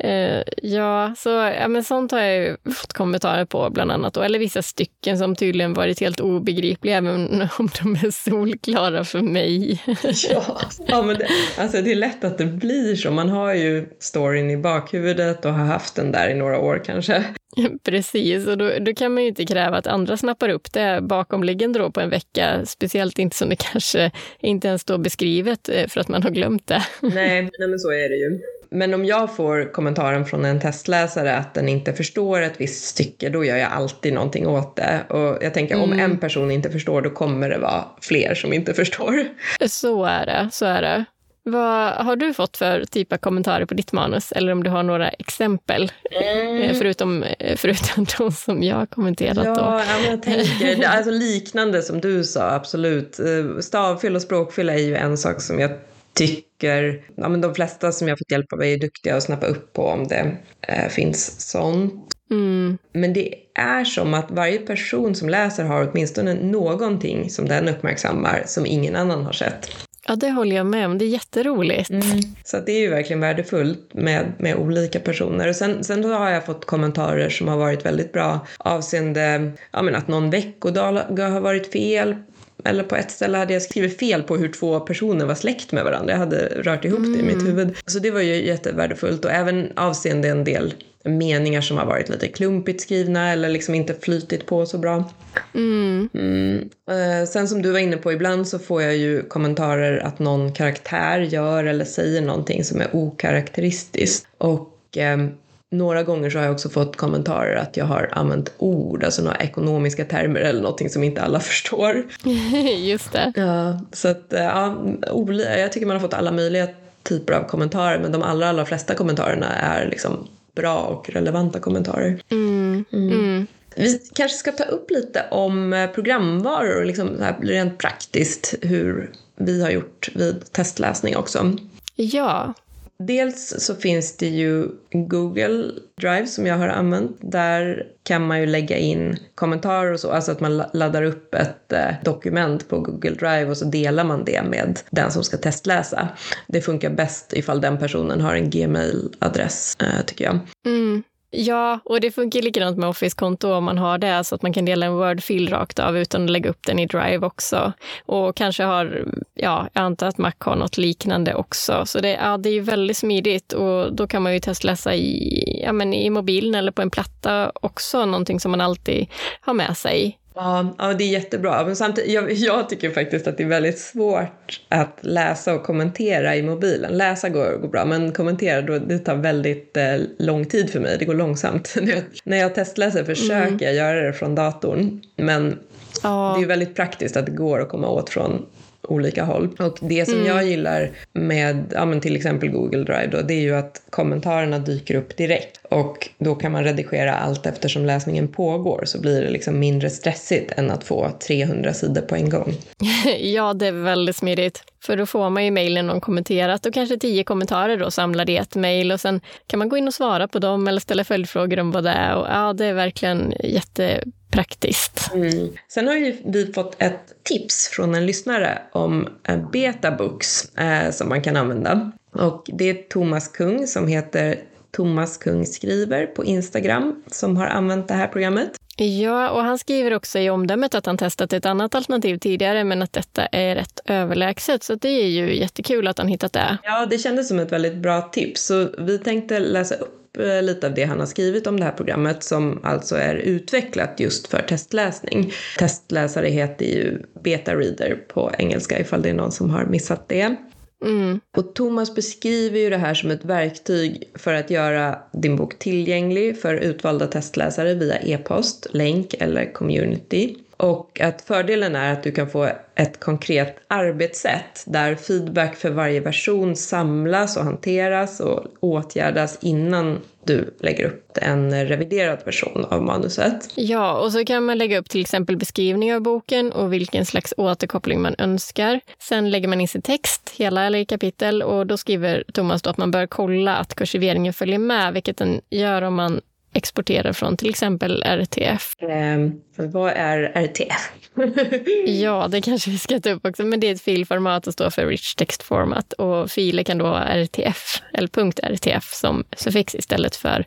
Speaker 2: Men sånt har jag ju fått kommentarer på bland annat då, eller vissa stycken som tydligen varit helt obegripliga även om de är solklara för mig.
Speaker 1: Ja, men det är lätt att det blir så. Man har ju storyn i bakhuvudet och har haft den där i några år kanske.
Speaker 2: Precis, och då kan man ju inte kräva att andra snappar upp det bakomliggande då på en vecka, speciellt inte som det kanske inte ens står beskrivet för att man har glömt det.
Speaker 1: Nej, men så är det ju. Men om jag får kommentaren från en testläsare att den inte förstår ett visst stycke, då gör jag alltid någonting åt det. Och jag tänker om en person inte förstår, då kommer det vara fler som inte förstår. Så är det.
Speaker 2: Vad har du fått för typ av kommentarer på ditt manus? Eller om du har några exempel, förutom de som jag har kommenterat då?
Speaker 1: Ja, men jag tänker, alltså liknande som du sa, absolut. Stavfel och språkfel är ju en sak som jag tycker, men de flesta som jag fått hjälp av är duktiga att snappa upp på om det finns sånt. Men det är som att varje person som läser har åtminstone någonting som den uppmärksammar som ingen annan har sett.
Speaker 2: Ja, det håller jag med om. Det är jätteroligt.
Speaker 1: Så det är ju verkligen värdefullt med olika personer. Och sen då har jag fått kommentarer som har varit väldigt bra avseende att någon veckodag har varit fel. Eller på ett ställe hade jag skrivit fel på hur 2 personer var släkt med varandra. Jag hade rört ihop det i mitt huvud. Så det var ju jättevärdefullt. Och även avseende en del meningar som har varit lite klumpigt skrivna eller liksom inte flytit på så bra. Sen som du var inne på, ibland så får jag ju kommentarer att någon karaktär gör eller säger någonting som är okaraktäristiskt. Och några gånger så har jag också fått kommentarer att jag har använt ord, alltså några ekonomiska termer eller någonting som inte alla förstår.
Speaker 2: Just det.
Speaker 1: Ja, så att jag tycker man har fått alla möjliga typer av kommentarer, men de allra flesta kommentarerna är liksom bra och relevanta kommentarer. Vi kanske ska ta upp lite om programvaror och liksom så här rent praktiskt hur vi har gjort vid testläsning också.
Speaker 2: Ja.
Speaker 1: Dels så finns det ju Google Drive som jag har använt. Där kan man ju lägga in kommentarer och så. Alltså att man laddar upp ett dokument på Google Drive och så delar man det med den som ska testläsa. Det funkar bäst ifall den personen har en Gmail-adress, tycker jag.
Speaker 2: Ja, och det funkar likadant med Office-konto om man har det, så att man kan dela en Word-fil rakt av utan att lägga upp den i Drive också. Och kanske jag antar att Mac har något liknande också. Så det är ju väldigt smidigt, och då kan man ju testläsa i mobilen eller på en platta också, någonting som man alltid har med sig. Ja, det är jättebra. Men samtidigt, jag tycker faktiskt att det är väldigt svårt att läsa och kommentera i mobilen. Läsa går bra, men kommentera, det tar väldigt lång tid för mig. Det går långsamt. När jag testläser försöker jag göra det från datorn. Men det är väldigt praktiskt att det går att komma åt från olika håll. Och det som jag gillar med till exempel Google Drive då, det är ju att kommentarerna dyker upp direkt. Och då kan man redigera allt eftersom läsningen pågår, så blir det liksom mindre stressigt än att få 300 sidor på en gång. Ja, det är väldigt smidigt. För då får man ju mejlen någon kommenterat och kanske 10 kommentarer då samlade i ett mejl, och sen kan man gå in och svara på dem eller ställa följdfrågor om vad det är. Och det är verkligen jättepraktiskt. Sen har ju vi fått ett tips från en lyssnare om Betabooks som man kan använda. Och det är Thomas Kung som heter Thomas Kung skriver på Instagram som har använt det här programmet. Ja, och han skriver också i omdömet att han testat ett annat alternativ tidigare, men att detta är rätt överlägset. Så det är ju jättekul att han hittat det. Ja, det kändes som ett väldigt bra tips. Så vi tänkte läsa upp lite av det han har skrivit om det här programmet, som alltså är utvecklat just för testläsning. Testläsare heter ju Beta Reader på engelska, ifall det är någon som har missat det. Och Thomas beskriver ju det här som ett verktyg för att göra din bok tillgänglig för utvalda testläsare via e-post, länk eller community.
Speaker 1: Och att fördelen är att du kan få ett konkret arbetssätt där feedback för varje version samlas och hanteras och åtgärdas innan du lägger upp en reviderad version av manuset.
Speaker 2: Ja, och så kan man lägga upp till exempel beskrivning av boken och vilken slags återkoppling man önskar. Sen lägger man in sin text, hela eller i kapitel, och då skriver Thomas då att man bör kolla att kursiveringen följer med, vilket den gör om man exporterar från till exempel RTF.
Speaker 1: Vad är RTF?
Speaker 2: Ja, det kanske vi ska ta upp också, men det är ett filformat och står för Rich Text Format, och filer kan då ha RTF eller .rtf som suffix istället för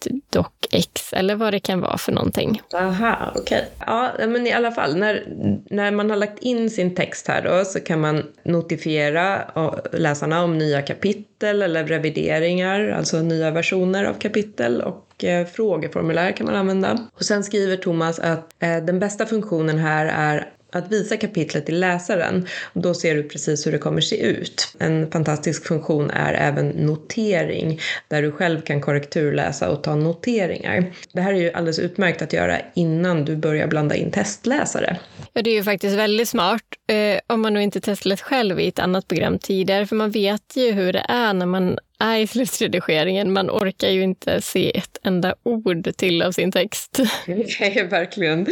Speaker 2: .docx eller vad det kan vara för någonting.
Speaker 1: Aha, okej. Ja, men i alla fall, när man har lagt in sin text här då, så kan man notifiera läsarna om nya kapitel eller revideringar, alltså nya versioner av kapitel, och frågeformulär kan man använda. Och sen skriver Thomas att den bästa funktionen här är att visa kapitlet till läsaren. Och då ser du precis hur det kommer se ut. En fantastisk funktion är även notering, där du själv kan korrekturläsa och ta noteringar. Det här är ju alldeles utmärkt att göra innan du börjar blanda in testläsare.
Speaker 2: Ja, det är ju faktiskt väldigt smart om man nog inte testläst själv i ett annat program tidigare, för man vet ju hur det är när man är i slutredigeringen. Man orkar ju inte se ett enda ord till av sin text.
Speaker 1: Nej, verkligen.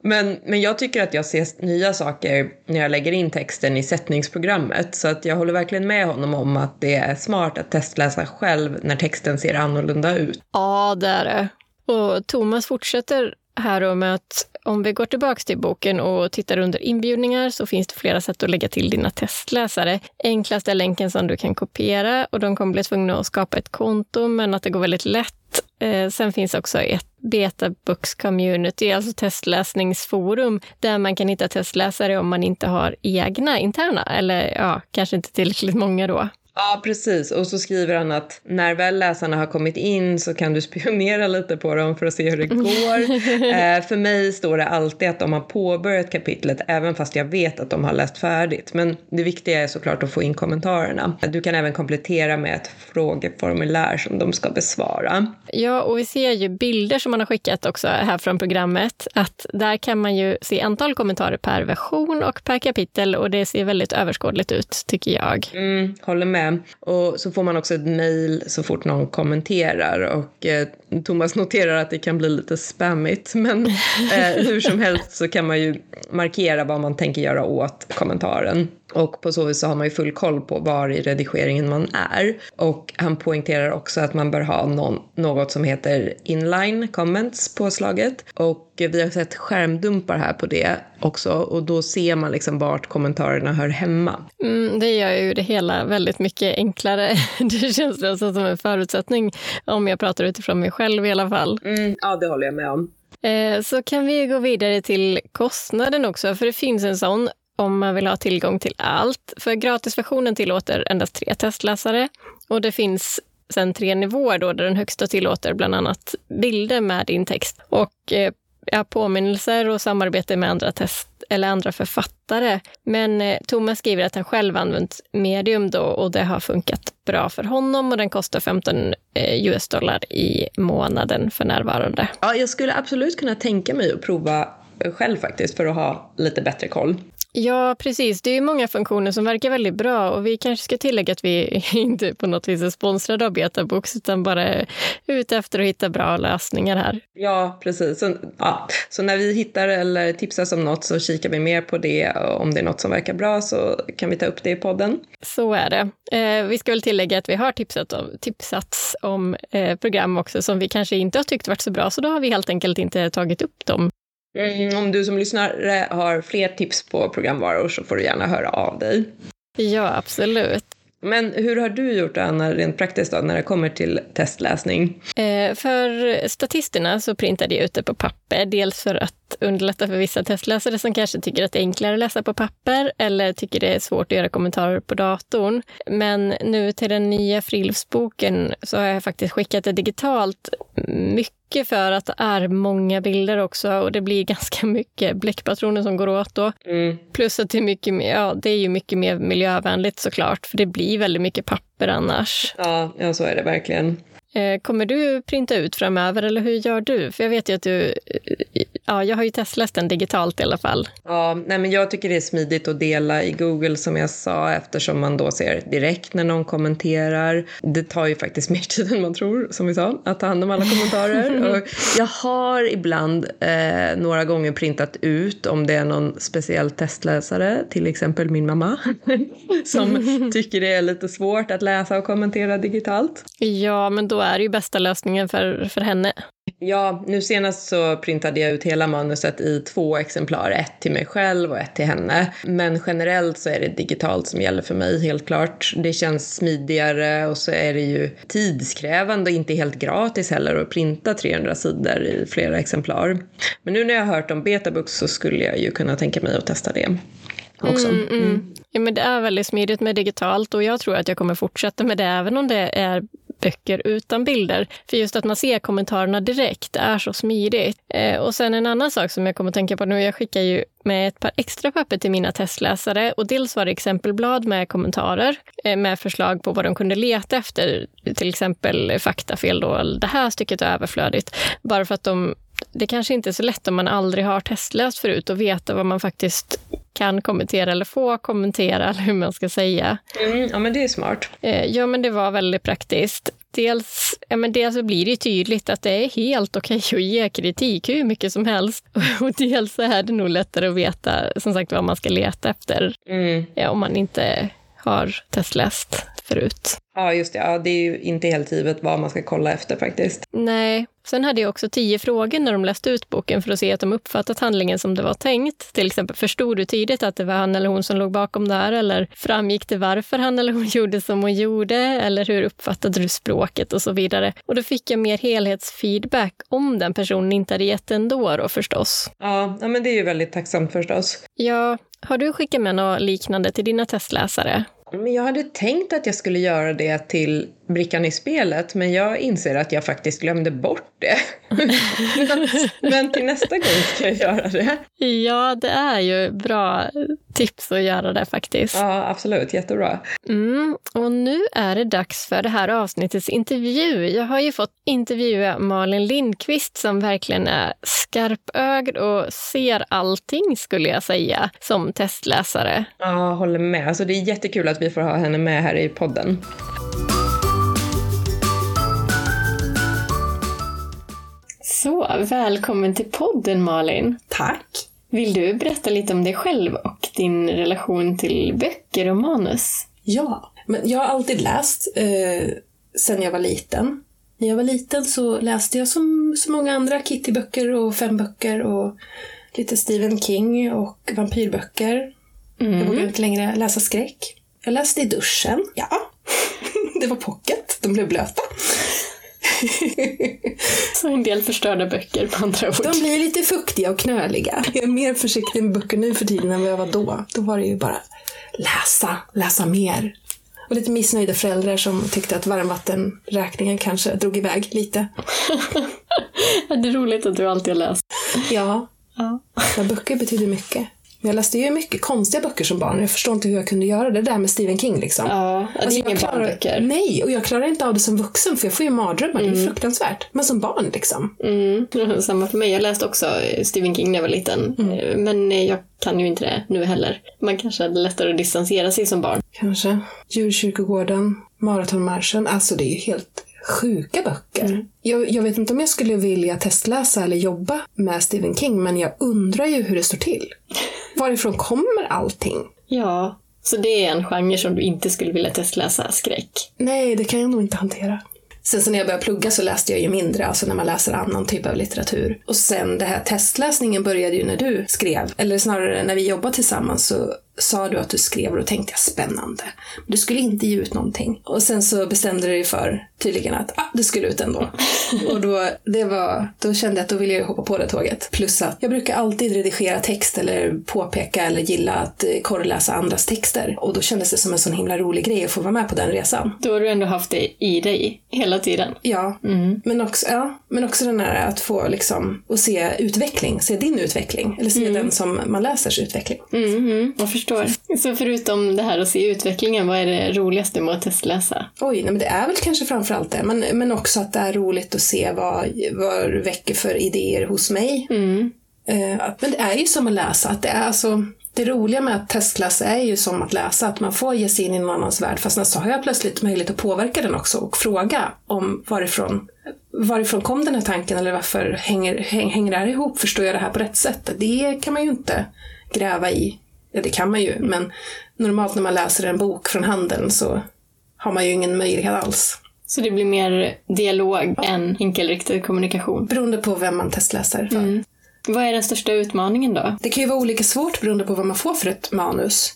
Speaker 1: Men jag tycker att jag ser nya saker när jag lägger in texten i sättningsprogrammet. Så att jag håller verkligen med honom om att det är smart att testläsa själv när texten ser annorlunda ut.
Speaker 2: Ja, det är det. Och Thomas fortsätter här då med att om vi går tillbaka till boken och tittar under inbjudningar, så finns det flera sätt att lägga till dina testläsare. Enklast är länken som du kan kopiera, och de kommer bli tvungna att skapa ett konto, men att det går väldigt lätt. Sen finns också ett Betabooks community, alltså testläsningsforum, där man kan hitta testläsare om man inte har egna interna, eller ja, kanske inte tillräckligt många då.
Speaker 1: Ja, precis. Och så skriver han att när väl läsarna har kommit in så kan du spionera lite på dem för att se hur det går. För mig står det alltid att de har påbörjat kapitlet även fast jag vet att de har läst färdigt. Men det viktiga är såklart att få in kommentarerna. Du kan även komplettera med ett frågeformulär som de ska besvara.
Speaker 2: Ja, och vi ser ju bilder som man har skickat också här från programmet. Att där kan man ju se antal kommentarer per version och per kapitel, och det ser väldigt överskådligt ut, tycker jag.
Speaker 1: Håller med. Och så får man också ett mejl så fort någon kommenterar, och Thomas noterar att det kan bli lite spammigt, men hur som helst så kan man ju markera vad man tänker göra åt kommentaren. Och på så vis så har man ju full koll på var i redigeringen man är. Och han poängterar också att man bör ha något som heter inline comments påslaget. Och vi har sett skärmdumpar här på det också. Och då ser man liksom vart kommentarerna hör hemma.
Speaker 2: Det gör ju det hela väldigt mycket enklare. Det känns nästan som en förutsättning om jag pratar utifrån mig själv i alla fall.
Speaker 1: Ja, det håller jag med om.
Speaker 2: Så kan vi gå vidare till kostnaden också. För det finns en sån om man vill ha tillgång till allt. För gratisversionen tillåter endast 3 testläsare. Och det finns sen 3 nivåer då, där den högsta tillåter bland annat bilder med din text. Och påminnelser och samarbete med andra författare. Men Thomas skriver att han själv använt Medium då, och det har funkat bra för honom, och den kostar $15 i månaden för närvarande.
Speaker 1: Ja, jag skulle absolut kunna tänka mig att prova själv faktiskt för att ha lite bättre koll.
Speaker 2: Ja, precis. Det är ju många funktioner som verkar väldigt bra, och vi kanske ska tillägga att vi inte på något vis är sponsrade av Betabooks, utan bara är ute efter att hitta bra lösningar här.
Speaker 1: Ja, precis. Så när vi hittar eller tipsas om något så kikar vi mer på det. Om det är något som verkar bra så kan vi ta upp det i podden.
Speaker 2: Så är det. Vi ska väl tillägga att vi har tipsats om program också som vi kanske inte har tyckt varit så bra, så då har vi helt enkelt inte tagit upp dem.
Speaker 1: Om du som lyssnare har fler tips på programvaror så får du gärna höra av dig.
Speaker 2: Ja, absolut.
Speaker 1: Men hur har du gjort, Anna, rent praktiskt då, när det kommer till testläsning?
Speaker 2: För statisterna så printade jag ut det på papper. Dels för att underlätta för vissa testläsare som kanske tycker att det är enklare att läsa på papper eller tycker det är svårt att göra kommentarer på datorn. Men nu till den nya friluftsboken så har jag faktiskt skickat det digitalt, mycket för att det är många bilder också, och det blir ganska mycket bläckpatroner som går åt då. Plus att det är mycket mer, det är ju mycket mer miljövänligt såklart, för det blir väldigt mycket papper annars.
Speaker 1: Ja, så är det verkligen.
Speaker 2: Kommer du printa ut framöver, eller hur gör du? För jag vet ju att du ja, jag har ju testläst den digitalt i alla fall.
Speaker 1: Ja, nej, men jag tycker det är smidigt att dela i Google som jag sa, eftersom man då ser direkt när någon kommenterar. Det tar ju faktiskt mer tid än man tror, som vi sa, att ta hand om alla kommentarer. Och jag har ibland några gånger printat ut om det är någon speciell testläsare, till exempel min mamma, som tycker det är lite svårt att läsa och kommentera digitalt.
Speaker 2: Ja, men då är det ju bästa lösningen för henne.
Speaker 1: Ja, nu senast så printade jag ut hela manuset i 2 exemplar. 1 till mig själv och 1 till henne. Men generellt så är det digitalt som gäller för mig, helt klart. Det känns smidigare och så är det ju tidskrävande och inte helt gratis heller att printa 300 sidor i flera exemplar. Men nu när jag har hört om Betabooks så skulle jag ju kunna tänka mig att testa det också.
Speaker 2: Ja, men det är väldigt smidigt med digitalt och jag tror att jag kommer fortsätta med det även om det är böcker utan bilder. För just att man ser kommentarerna direkt är så smidigt. Och sen en annan sak som jag kommer att tänka på nu, jag skickar ju med ett par extra papper till mina testläsare och dels var det exempelblad med kommentarer med förslag på vad de kunde leta efter, till exempel faktafel då, det här stycket är överflödigt, bara för att det kanske inte är så lätt om man aldrig har testläst förut och veta vad man faktiskt kan kommentera eller få kommentera, eller hur man ska säga.
Speaker 1: Ja, men det är smart.
Speaker 2: Ja, men det var väldigt praktiskt. Dels så blir det tydligt att det är helt okej att ge kritik hur mycket som helst. Och dels så är det nog lättare att veta, som sagt, vad man ska leta efter om man inte har testläst förut.
Speaker 1: Ja, just det. Ja, det är ju inte helt givet vad man ska kolla efter faktiskt.
Speaker 2: Nej. Sen hade jag också 10 frågor när de läste ut boken för att se att de uppfattat handlingen som det var tänkt. Till exempel, förstod du tidigt att det var han eller hon som låg bakom där? Eller framgick det varför han eller hon gjorde som hon gjorde? Eller hur uppfattade du språket och så vidare? Och då fick jag mer helhetsfeedback om den personen inte hade gett ändå då förstås.
Speaker 1: Ja, men det är ju väldigt tacksamt förstås.
Speaker 2: Ja, har du skickat med något liknande till dina testläsare?
Speaker 1: Men jag hade tänkt att jag skulle göra det till brickan i spelet, men jag inser att jag faktiskt glömde bort det. Men till nästa gång ska jag göra det.
Speaker 2: Ja, det är ju bra tips att göra det faktiskt.
Speaker 1: Ja, absolut. Jättebra.
Speaker 2: Och nu är det dags för det här avsnittets intervju. Jag har ju fått intervjua Malin Lindqvist som verkligen är skarpögd och ser allting, skulle jag säga, som testläsare.
Speaker 1: Ja, håller med. Alltså, det är jättekul att vi får ha henne med här i podden.
Speaker 2: Så, välkommen till podden, Malin.
Speaker 3: Tack.
Speaker 2: Vill du berätta lite om dig själv och din relation till böcker och manus?
Speaker 3: Ja, men jag har alltid läst sen jag var liten. När jag var liten så läste jag som så många andra Kitty-böcker och 5-böcker och lite Stephen King och vampyrböcker. Jag vågar inte längre läsa skräck. Jag läste i duschen. Ja, det var pocket. De blev blöta.
Speaker 2: Så en del förstörda böcker på andra ord.
Speaker 3: De blir lite fuktiga och knöliga. Jag är mer försiktig med böcker nu för tiden än vad jag var då. Då var det ju bara läsa mer. Och lite missnöjda föräldrar som tyckte att varmvattenräkningen kanske drog iväg lite.
Speaker 2: Det är roligt att du alltid har läst.
Speaker 3: Ja. Böcker betyder mycket. Jag läste ju mycket konstiga böcker som barn. Jag förstår inte hur jag kunde göra det där med Stephen King liksom.
Speaker 2: Ja, det är inga barnböcker.
Speaker 3: Nej, och jag klarar inte av det som vuxen för jag får ju mardrömmar. Det är fruktansvärt. Men som barn liksom.
Speaker 2: Samma för mig. Jag läste också Stephen King när jag var liten. Men jag kan ju inte det nu heller. Man kanske hade lättare att distansera sig som barn.
Speaker 3: Kanske. Djurkyrkogården, Maratonmarschen. Alltså det är ju helt sjuka böcker. Jag vet inte om jag skulle vilja testläsa eller jobba med Stephen King, men jag undrar ju hur det står till. Varifrån kommer allting?
Speaker 2: Ja, så det är en genre som du inte skulle vilja testläsa, skräck?
Speaker 3: Nej, det kan jag nog inte hantera. Sen så när jag började plugga så läste jag ju mindre, alltså när man läser annan typ av litteratur. Och sen det här testläsningen började ju när du skrev, eller snarare när vi jobbade tillsammans så sa du att du skrev och då tänkte jag spännande. Du skulle inte ge ut någonting. Och sen så bestämde du dig för tydligen att du skulle ut ändå. Och då kände jag att då ville jag hoppa på det tåget. Plus att jag brukar alltid redigera text eller påpeka eller gilla att korrläsa andras texter. Och då kändes det som en sån himla rolig grej att få vara med på den resan.
Speaker 2: Då har du ändå haft det i dig hela tiden.
Speaker 3: Ja, men också den här att få liksom, att se utveckling, se din utveckling. Eller se den som man läsers utveckling.
Speaker 2: Jag förstår. Så förutom det här att se utvecklingen, vad är det roligaste med att testläsa?
Speaker 3: Oj, nej, men det är väl kanske framförallt det. Men också att det är roligt att se vad det väcker för idéer hos mig. Men det är ju som att läsa. Att det är alltså... Det roliga med att testläsa är ju som att läsa, att man får ge sig in i någon annans värld. Fast så har jag plötsligt möjlighet att påverka den också och fråga om varifrån kom den här tanken, eller varför hänger det här ihop? Förstår jag det här på rätt sätt? Det kan man ju inte gräva i. Ja, det kan man ju, men normalt när man läser en bok från handeln så har man ju ingen möjlighet alls.
Speaker 2: Så det blir mer dialog än enkelriktad kommunikation?
Speaker 3: Beroende på vem man testläser för.
Speaker 2: Mm. Vad är den största utmaningen då?
Speaker 3: Det kan ju vara olika svårt beroende på vad man får för ett manus.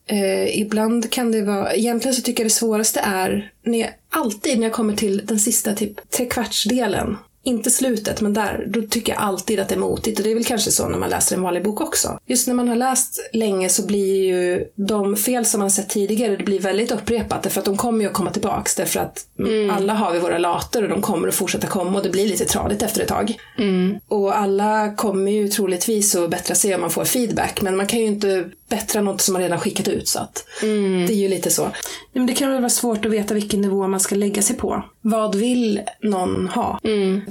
Speaker 3: Ibland kan det vara... Egentligen så tycker jag det svåraste är alltid när jag kommer till den sista typ 3/4 Inte slutet, men då tycker jag alltid att det är motigt. Och det är väl kanske så när man läser en vanlig bok också. Just när man har läst länge så blir ju de fel som man sett tidigare, det blir väldigt upprepat. Därför att de kommer ju att komma tillbaks. Därför att alla har vi våra later och de kommer att fortsätta komma. Och det blir lite tradigt efter ett tag. Och alla kommer ju troligtvis att bättra sig om man får feedback. Men man kan ju inte bättra något som man redan skickat ut. Så att det är ju lite så. Men det kan väl vara svårt att veta vilken nivå man ska lägga sig på. Vad vill någon ha?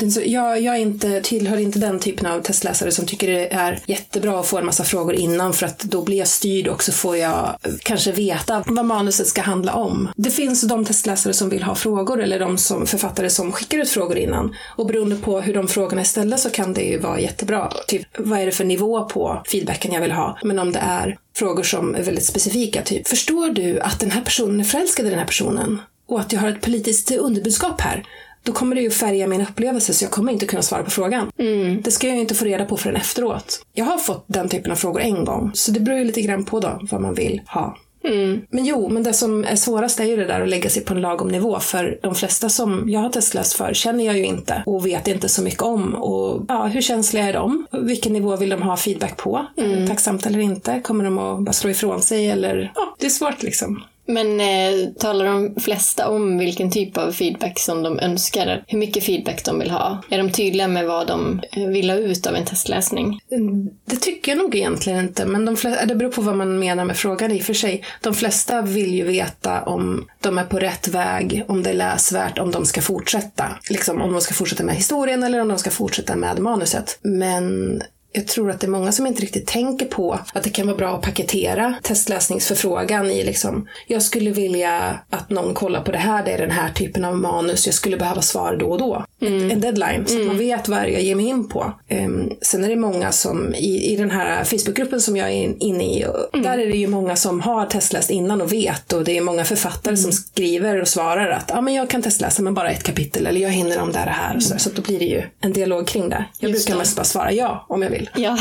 Speaker 3: Jag tillhör inte den typen av testläsare som tycker det är jättebra att få en massa frågor innan, för att då blir jag styrd och så får jag kanske veta vad manuset ska handla om. Det finns de testläsare som vill ha frågor, eller de författare som skickar ut frågor innan, och beroende på hur de frågorna är ställda så kan det ju vara jättebra. Typ, vad är det för nivå på feedbacken jag vill ha? Men om det är frågor som är väldigt specifika, typ, förstår du att den här personen är förälskad i den här personen? Och att jag har ett politiskt underbudskap här? Då kommer det ju färga min upplevelse, så jag kommer inte kunna svara på frågan. Det ska jag ju inte få reda på förrän efteråt. Jag har fått den typen av frågor en gång. Så det beror ju lite grann på då vad man vill ha. Men det som är svårast är ju det där att lägga sig på en lagom nivå. För de flesta som jag har testläst för känner jag ju inte och vet inte så mycket om. Och hur känsliga är de? Vilken nivå vill de ha feedback på? Tacksamt eller inte? Kommer de att bara slå ifrån sig? Eller, det är svårt liksom.
Speaker 2: Men talar de flesta om vilken typ av feedback som de önskar? Hur mycket feedback de vill ha? Är de tydliga med vad de vill ha ut av en testläsning?
Speaker 3: Det tycker jag nog egentligen inte. Men det beror på vad man menar med frågan i och för sig. De flesta vill ju veta om de är på rätt väg, om det är läsvärt, om de ska fortsätta. Liksom om de ska fortsätta med historien eller om de ska fortsätta med manuset. Men... jag tror att det är många som inte riktigt tänker på att det kan vara bra att paketera testläsningsförfrågan i liksom, jag skulle vilja att någon kollar på det här, det är den här typen av manus, jag skulle behöva svar då och då. En deadline, så att man vet vad jag ger mig in på. Sen är det många som, i den här Facebookgruppen som jag är inne i, där är det ju många som har testläst innan och vet, och det är många författare som skriver och svarar att men jag kan testläsa men bara ett kapitel, eller jag hinner om det här och så då blir det ju en dialog kring det. Jag brukar mest bara svara ja om jag vill.
Speaker 2: Ja.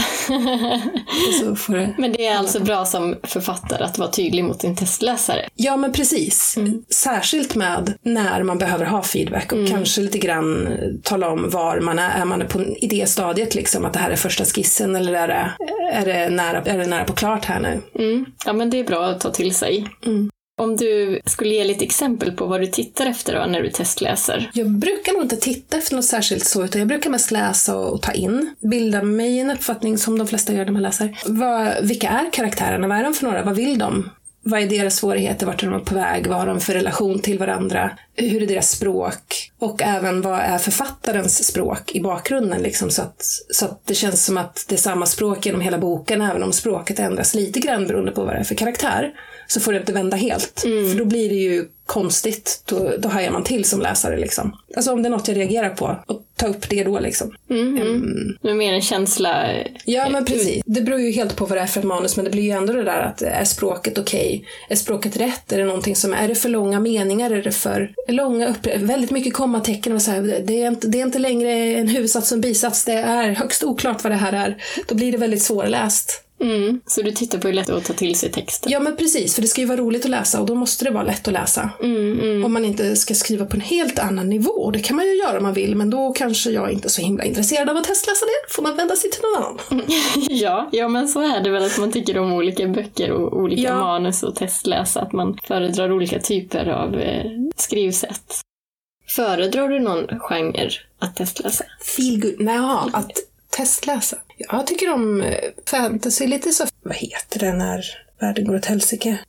Speaker 3: Så
Speaker 2: men det är alltså bra som författare att vara tydlig mot sin testläsare.
Speaker 3: Ja, men precis. Särskilt med när man behöver ha feedback och kanske lite grann tala om var man är. Är man på idéstadiet liksom, att det här är första skissen, eller är det nära på klart här nu?
Speaker 2: Ja, men det är bra att ta till sig. Om du skulle ge lite exempel på vad du tittar efter då när du testläser?
Speaker 3: Jag brukar nog inte titta efter något särskilt så, utan jag brukar mest läsa och ta in. Bilda mig en uppfattning som de flesta gör när man läser. Vilka är karaktärerna? Vad är de för några? Vad vill de? Vad är deras svårigheter? Vart är de på väg? Vad har de för relation till varandra? Hur är deras språk? Och även vad är författarens språk i bakgrunden? Liksom, så att det känns som att det är samma språk genom hela boken, även om språket ändras lite grann beroende på vad det är för karaktär. Så får det inte vända helt. För då blir det ju konstigt. Då hajar man till som läsare liksom. Alltså om det är något jag reagerar på, och ta upp det då liksom.
Speaker 2: Det är mer en känsla.
Speaker 3: Ja, men precis. Det beror ju helt på vad det är för ett manus, men det blir ju ändå det där att är språket okej? Är språket rätt? Är det någonting som är det för långa meningar? Är det för långa väldigt mycket kommatecken och så här. Det är inte längre en huvudsats som bisats. Det är högst oklart vad det här är. Då blir det väldigt svårläst.
Speaker 2: Så du tittar på hur lätt att ta till sig texten?
Speaker 3: Ja, men precis, för det ska ju vara roligt att läsa, och då måste det vara lätt att läsa. Om man inte ska skriva på en helt annan nivå, det kan man ju göra om man vill, men då kanske jag inte är så himla intresserad av att testläsa det. Får man vända sig till någon annan.
Speaker 2: Ja, men så är det väl, att man tycker om olika böcker och olika manus och testläsa, att man föredrar olika typer av skrivsätt. Föredrar du någon genre att testläsa?
Speaker 3: Feel good. Nej, att testläsa. Jag tycker om fantasy lite så. Vad heter det när världen går åt helsike?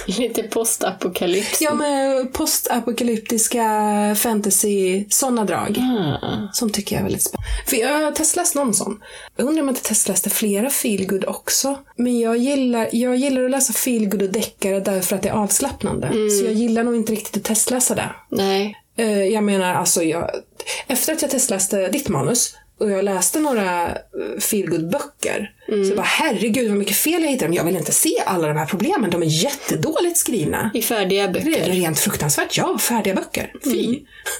Speaker 2: Lite postapokalyps.
Speaker 3: Ja, med postapokalyptiska fantasy, sådana drag. Som tycker jag är väldigt spännande. För jag har testläst någon sån. Jag undrar om jag inte testläste flera feelgood också. Men jag gillar att läsa feelgood och deckare därför att det är avslappnande. Så jag gillar nog inte riktigt att testläsa det.
Speaker 2: Nej.
Speaker 3: Jag menar, alltså efter att jag testläste ditt manus och jag läste några feelgood-böcker så jag bara, herregud vad mycket fel jag hittade. Jag vill inte se alla de här problemen. De är jättedåligt skrivna.
Speaker 2: I färdiga böcker.
Speaker 3: Det är rent fruktansvärt. Ja, färdiga böcker. Fy.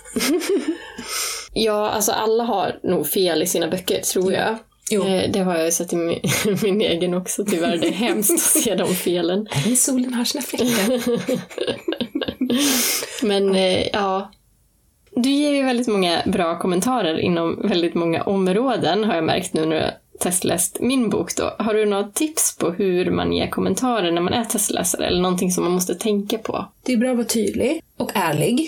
Speaker 2: Ja, alltså alla har nog fel i sina böcker, tror jag. Det har jag sett i min egen också, tyvärr. Det är hemskt att se de felen.
Speaker 3: Även solen har sina fläckar.
Speaker 2: Men ja, du ger ju väldigt många bra kommentarer inom väldigt många områden, har jag märkt nu när jag testläst min bok då. Har du några tips på hur man ger kommentarer när man är testläsare, eller någonting som man måste tänka på?
Speaker 3: Det är bra att vara tydlig och ärlig.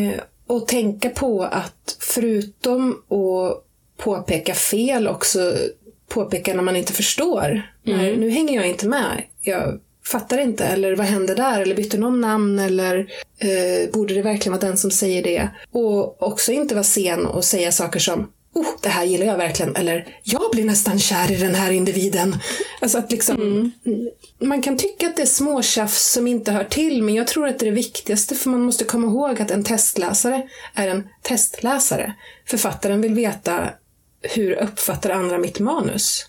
Speaker 3: Och tänka på att förutom att påpeka fel också påpeka när man inte förstår. Nej, nu hänger jag inte med. Jag fattar inte. Eller vad hände där? Eller bytte någon namn? Eller borde det verkligen vara den som säger det? Och också inte vara sen och säga saker som det här gillar jag verkligen. Eller jag blir nästan kär i den här individen. Alltså att liksom man kan tycka att det är småtjafs som inte hör till. Men jag tror att det är det viktigaste. För man måste komma ihåg att en testläsare är en testläsare. Författaren vill veta hur uppfattar andra mitt manus.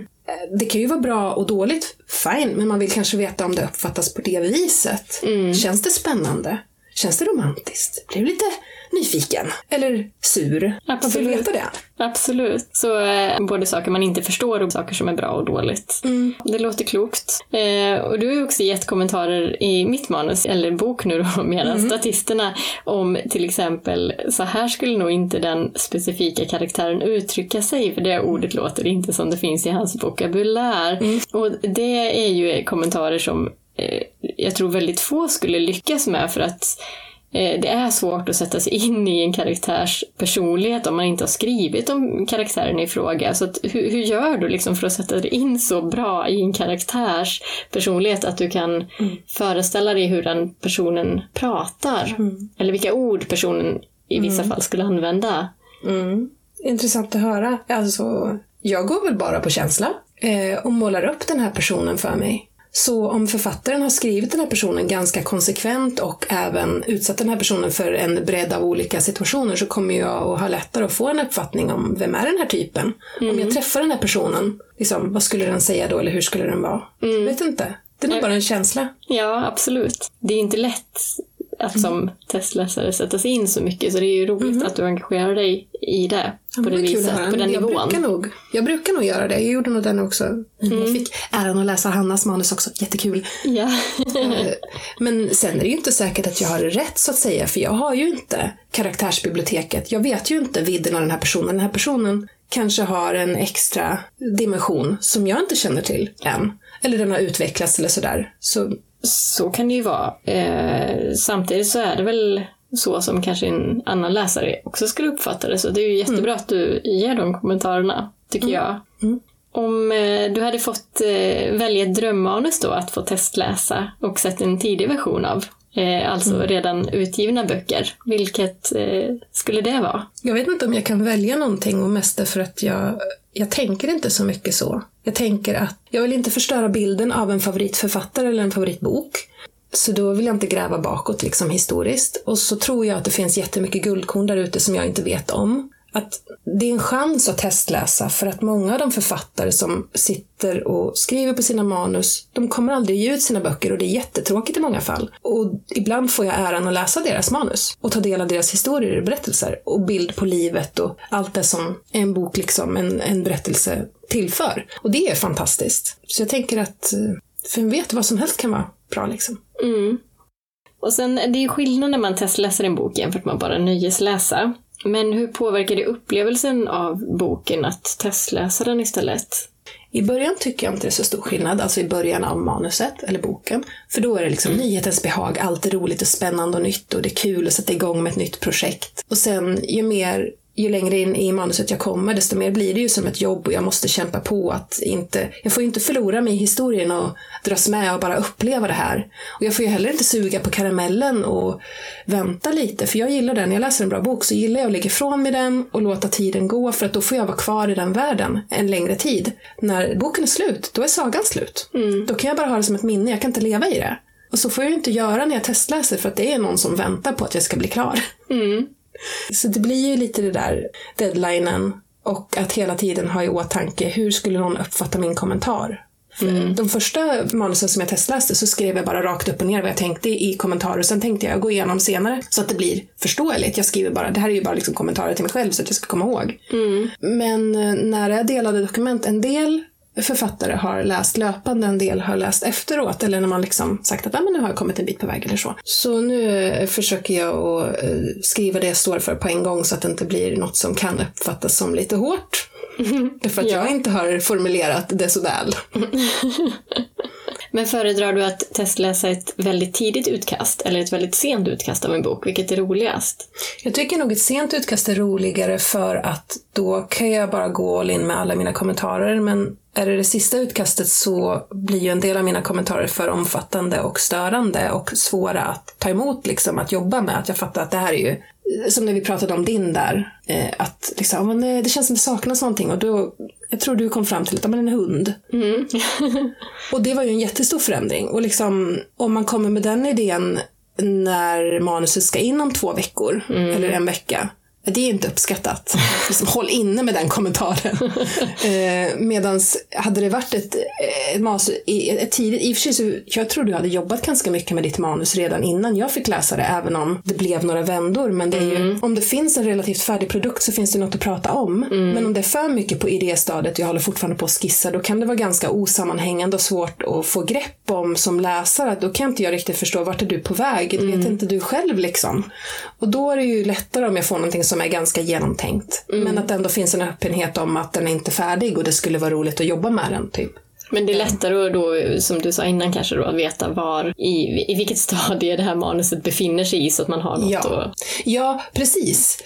Speaker 3: Det kan ju vara bra och dåligt, fine, men man vill kanske veta om det uppfattas på det viset. Känns det spännande? Känns det romantiskt? Blir du lite nyfiken? Eller sur?
Speaker 2: Absolut.
Speaker 3: Man vill veta det.
Speaker 2: Absolut. Så både saker man inte förstår och saker som är bra och dåligt. Det låter klokt. Och du har ju också gett kommentarer i mitt manus, eller bok nu då, medan statisterna, om till exempel så här skulle nog inte den specifika karaktären uttrycka sig, för det ordet låter inte som det finns i hans vokabulär. Och det är ju kommentarer som jag tror väldigt få skulle lyckas med, för att det är svårt att sätta sig in i en karaktärs personlighet om man inte har skrivit om karaktären i fråga. Så att, hur gör du liksom för att sätta dig in så bra i en karaktärs personlighet att du kan föreställa dig hur den personen pratar? Eller vilka ord personen i vissa fall skulle använda?
Speaker 3: Intressant att höra. Alltså, jag går väl bara på känsla och målar upp den här personen för mig. Så om författaren har skrivit den här personen ganska konsekvent och även utsatt den här personen för en bredd av olika situationer, så kommer jag att ha lättare att få en uppfattning om vem är den här typen. Om jag träffar den här personen, liksom, vad skulle den säga då, eller hur skulle den vara? Jag vet inte. Det är nog bara en känsla.
Speaker 2: Ja, absolut. Det är inte lätt att som testläsare sätta sig in så mycket, så det är ju roligt att du engagerar dig i det på det viset, på den nivån.
Speaker 3: Jag brukar nog göra det. Jag gjorde nog den också. Jag fick äran att läsa Hannas manus också. Jättekul.
Speaker 2: Ja.
Speaker 3: Men sen är det ju inte säkert att jag har rätt, så att säga, för jag har ju inte karaktärsbiblioteket. Jag vet ju inte vidden av den här personen. Den här personen kanske har en extra dimension som jag inte känner till än. Eller den har utvecklats eller sådär.
Speaker 2: Så kan det ju vara. Samtidigt så är det väl så som kanske en annan läsare också skulle uppfatta det. Så det är ju jättebra att du ger de kommentarerna, tycker jag. Om du hade fått välja ett drömmanus då att få testläsa och sett en tidig version av, alltså redan utgivna böcker, vilket skulle det vara? Jag vet inte om jag kan välja någonting, och mest för att jag tänker inte så mycket så. Jag tänker att jag vill inte förstöra bilden av en favoritförfattare eller en favoritbok. Så då vill jag inte gräva bakåt liksom historiskt. Och så tror jag att det finns jättemycket guldkorn där ute som jag inte vet om. Att det är en chans att testläsa, för att många av de författare som sitter och skriver på sina manus, de kommer aldrig ge ut sina böcker, och det är jättetråkigt i många fall. Och ibland får jag äran att läsa deras manus och ta del av deras historier och berättelser och bild på livet och allt det som en bok liksom, en berättelse tillför. Och det är fantastiskt. Så jag tänker att för en vet vad som helst kan vara bra liksom. Och sen det är ju skillnad när man testläser en bok jämfört med att bara nöjesläsa. Men hur påverkar det upplevelsen av boken att testläsa den istället? I början tycker jag inte det är så stor skillnad, alltså i början av manuset eller boken. För då är det liksom nyhetens behag, allt är roligt och spännande och nytt, och det är kul att sätta igång med ett nytt projekt. Och sen ju mer
Speaker 3: ju längre in i manuset jag kommer, desto mer blir det ju som ett jobb och jag måste kämpa på att jag får ju inte förlora mig i historien och dras med och bara uppleva det här. Och jag får ju heller inte suga på karamellen och vänta lite, för jag gillar den. Jag läser en bra bok så gillar jag att lägga ifrån mig den och låta tiden gå, för att då får jag vara kvar i den världen en längre tid. När boken är slut, då är sagan slut. Då kan jag bara ha det som ett minne, jag kan inte leva i det. Och så får jag inte göra när jag testläser, för att det är någon som väntar på att jag ska bli klar. Så det blir ju lite det där deadlinen, och att hela tiden ha i åtanke, hur skulle någon uppfatta min kommentar? De första manusen som jag testläste så skrev jag bara rakt upp och ner vad jag tänkte i kommentarer, och sen tänkte jag gå igenom senare så att det blir förståeligt. Jag skriver bara, det här är ju bara liksom kommentarer till mig själv så att jag ska komma ihåg. Men när jag delade dokument, en del författare har läst löpande, en del har läst efteråt, eller när man liksom sagt att men nu har jag kommit en bit på väg eller så. Så nu försöker jag att skriva det jag står för på en gång, så att det inte blir något som kan uppfattas som lite hårt. Därför att jag inte har formulerat det så väl.
Speaker 2: Men föredrar du att testläsa ett väldigt tidigt utkast eller ett väldigt sent utkast av en bok? Vilket är roligast?
Speaker 3: Jag tycker nog ett sent utkast är roligare, för att då kan jag bara gå all in med alla mina kommentarer. Men är det sista utkastet så blir ju en del av mina kommentarer för omfattande och störande och svåra att ta emot, liksom, att jobba med. Att jag fattar att det här är ju, som när vi pratade om din där, att liksom, men det känns som det saknas någonting, och då, jag tror du kom fram till att en hund. Och det var ju en jättestor förändring, och liksom, om man kommer med den idén när manuset ska in om 2 veckor eller en vecka, det är inte uppskattat. Liksom, håll inne med den kommentaren. Medans hade det varit ett manus ett tidigt, i och för sig så, jag tror du hade jobbat ganska mycket med ditt manus redan innan jag fick läsa det, även om det blev några vändor. Men det är ju, om det finns en relativt färdig produkt så finns det något att prata om. Men om det är för mycket på idéstadiet och jag håller fortfarande på att skissa, då kan det vara ganska osammanhängande och svårt att få grepp om som läsare. Då kan inte jag riktigt förstå, vart är du på väg? Det vet inte du själv liksom. Och då är det ju lättare om jag får någonting som är ganska genomtänkt. Men att det ändå finns en öppenhet om att den är inte färdig och det skulle vara roligt att jobba med den typ.
Speaker 2: Men det är lättare då, som du sa innan kanske då, att veta var, i vilket stadie det här manuset befinner sig i, så att man har något att...
Speaker 3: Ja, precis.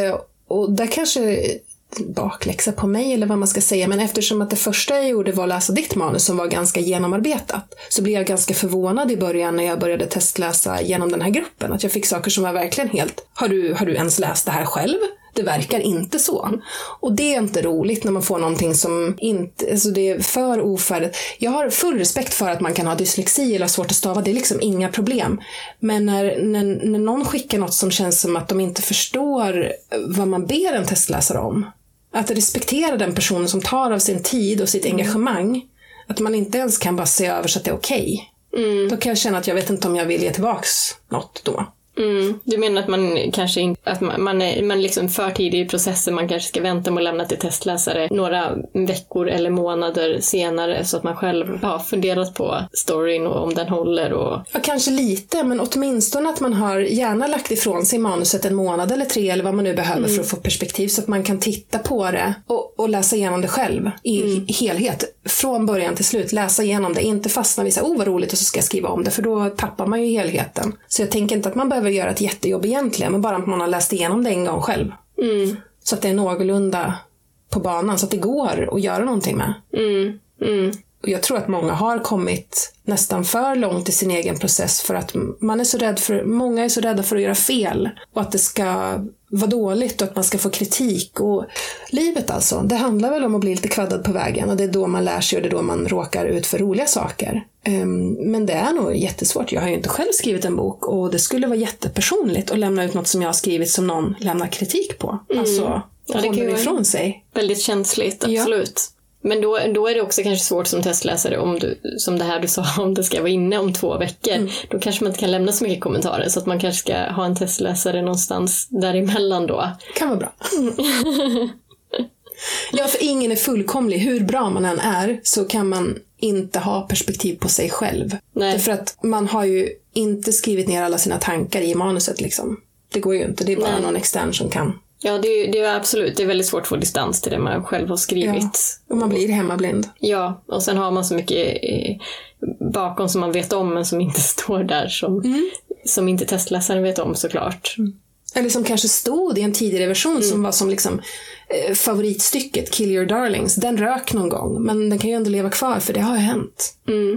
Speaker 3: Och där kanske bakläxa på mig eller vad man ska säga, men eftersom att det första jag gjorde var att läsa ditt manus som var ganska genomarbetat, så blev jag ganska förvånad i början när jag började testläsa genom den här gruppen, att jag fick saker som var verkligen helt, har du ens läst det här själv? Det verkar inte så. Och det är inte roligt när man får någonting som inte, alltså det är för ofärdigt. Jag har full respekt för att man kan ha dyslexi eller svårt att stava, det är liksom inga problem. Men när någon skickar något som känns som att de inte förstår vad man ber en testläsare om, att respektera den personen som tar av sin tid och sitt engagemang, att man inte ens kan bara se över så att det är okej. Då kan jag känna att jag vet inte om jag vill ge tillbaks något då.
Speaker 2: Du menar att man kanske inte, att man liksom för tidigt i processen, man kanske ska vänta med att lämna till testläsare några veckor eller månader senare, så att man själv har funderat på storyn och om den håller och...
Speaker 3: Ja, kanske lite, men åtminstone att man har gärna lagt ifrån sig manuset en månad eller 3 eller vad man nu behöver för att få perspektiv, så att man kan titta på det och läsa igenom det själv i helhet, från början till slut, läsa igenom det, inte fastna vid så vad roligt och så ska jag skriva om det, för då tappar man ju helheten. Så jag tänker inte att man behöver göra ett jättejobb egentligen, men bara att man har läst igenom det en gång själv. Så att det är någorlunda på banan, så att det går att göra någonting med. Och jag tror att många har kommit nästan för långt i sin egen process, för att många är så rädda för att göra fel och att det ska vara dåligt och att man ska få kritik. Och livet alltså, det handlar väl om att bli lite kvaddad på vägen, och det är då man lär sig och det är då man råkar ut för roliga saker. Men det är nog jättesvårt. Jag har ju inte själv skrivit en bok, och det skulle vara jättepersonligt att lämna ut något som jag har skrivit som någon lämnar kritik på. Alltså, håller ifrån sig.
Speaker 2: Väldigt känsligt, absolut. Ja. Men då är det också kanske svårt som testläsare, om du, som det här du sa, om det ska vara inne om 2 veckor. Då kanske man inte kan lämna så mycket kommentarer, så att man kanske ska ha en testläsare någonstans däremellan då.
Speaker 3: Kan vara bra. Ja, för ingen är fullkomlig. Hur bra man än är så kan man inte ha perspektiv på sig själv. Nej. För att man har ju inte skrivit ner alla sina tankar i manuset liksom. Det går ju inte, det är bara någon extern som kan. Ja,
Speaker 2: det är absolut, det är väldigt svårt att få distans till det man själv har skrivit.
Speaker 3: Ja, och man blir hemmablind.
Speaker 2: Ja, och sen har man så mycket bakom som man vet om, men som inte står där, som inte testläsaren vet om såklart.
Speaker 3: Eller som kanske stod i en tidigare version som var som liksom favoritstycket, Kill Your Darlings. Den rök någon gång, men den kan ju ändå leva kvar för det har ju hänt.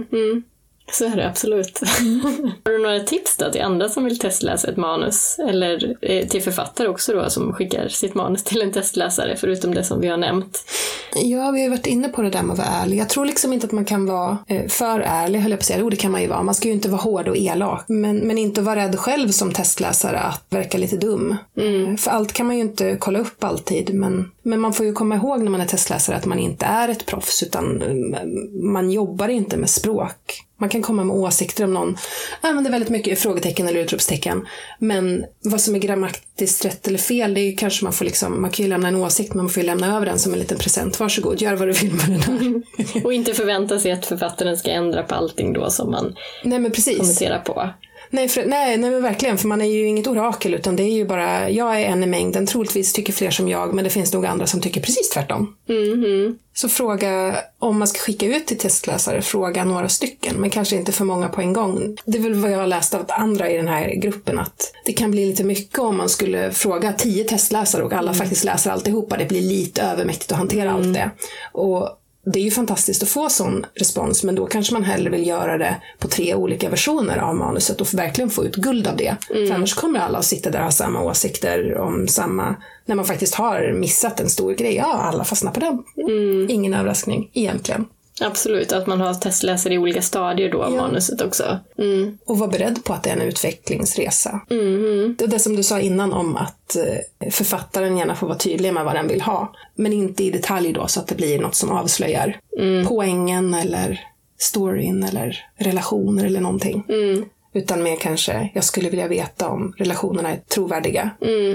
Speaker 2: Så är det absolut. Har du några tips då till andra som vill testläsa ett manus? Eller till författare också då som skickar sitt manus till en testläsare förutom det som vi har nämnt?
Speaker 3: Ja, vi har ju varit inne på det där med att vara ärlig. Jag tror liksom inte att man kan vara för ärlig, höll jag på att säga. Jo, det kan man ju vara. Man ska ju inte vara hård och elak. Men inte vara rädd själv som testläsare att verka lite dum. För allt kan man ju inte kolla upp alltid. Men man får ju komma ihåg när man är testläsare att man inte är ett proffs utan man jobbar inte med språk. Man kan komma med åsikter om någon använder väldigt mycket frågetecken eller utropstecken. Men vad som är grammatiskt rätt eller fel, det är ju kanske man får liksom, man kan ju lämna en åsikt men man får ju lämna över den som en liten present. Varsågod, gör vad du vill med den här.
Speaker 2: Och inte förvänta sig att författaren ska ändra på allting då som man kommenterar på.
Speaker 3: Nej, men verkligen, för man är ju inget orakel utan det är ju bara, jag är en i mängden, troligtvis tycker fler som jag, men det finns nog andra som tycker precis tvärtom. Så fråga, om man ska skicka ut till testläsare, fråga några stycken, men kanske inte för många på en gång. Det är väl vad jag har läst av andra i den här gruppen, att det kan bli lite mycket om man skulle fråga 10 testläsare och alla faktiskt läser alltihopa. Det blir lite övermäktigt att hantera allt det. Och det är ju fantastiskt att få sån respons, men då kanske man hellre vill göra det på 3 olika versioner av manuset och verkligen få ut guld av det. För annars kommer alla att sitta där och ha samma åsikter om samma, när man faktiskt har missat en stor grej. Ja, alla fastnar på den. Ingen överraskning egentligen.
Speaker 2: Absolut, att man har testläsare i olika stadier då av manuset också.
Speaker 3: Och vara beredd på att det är en utvecklingsresa. Det är det som du sa innan om att författaren gärna får vara tydlig med vad den vill ha. Men inte i detalj då, så att det blir något som avslöjar poängen eller storyn eller relationer eller någonting. Utan mer kanske, jag skulle vilja veta om relationerna är trovärdiga.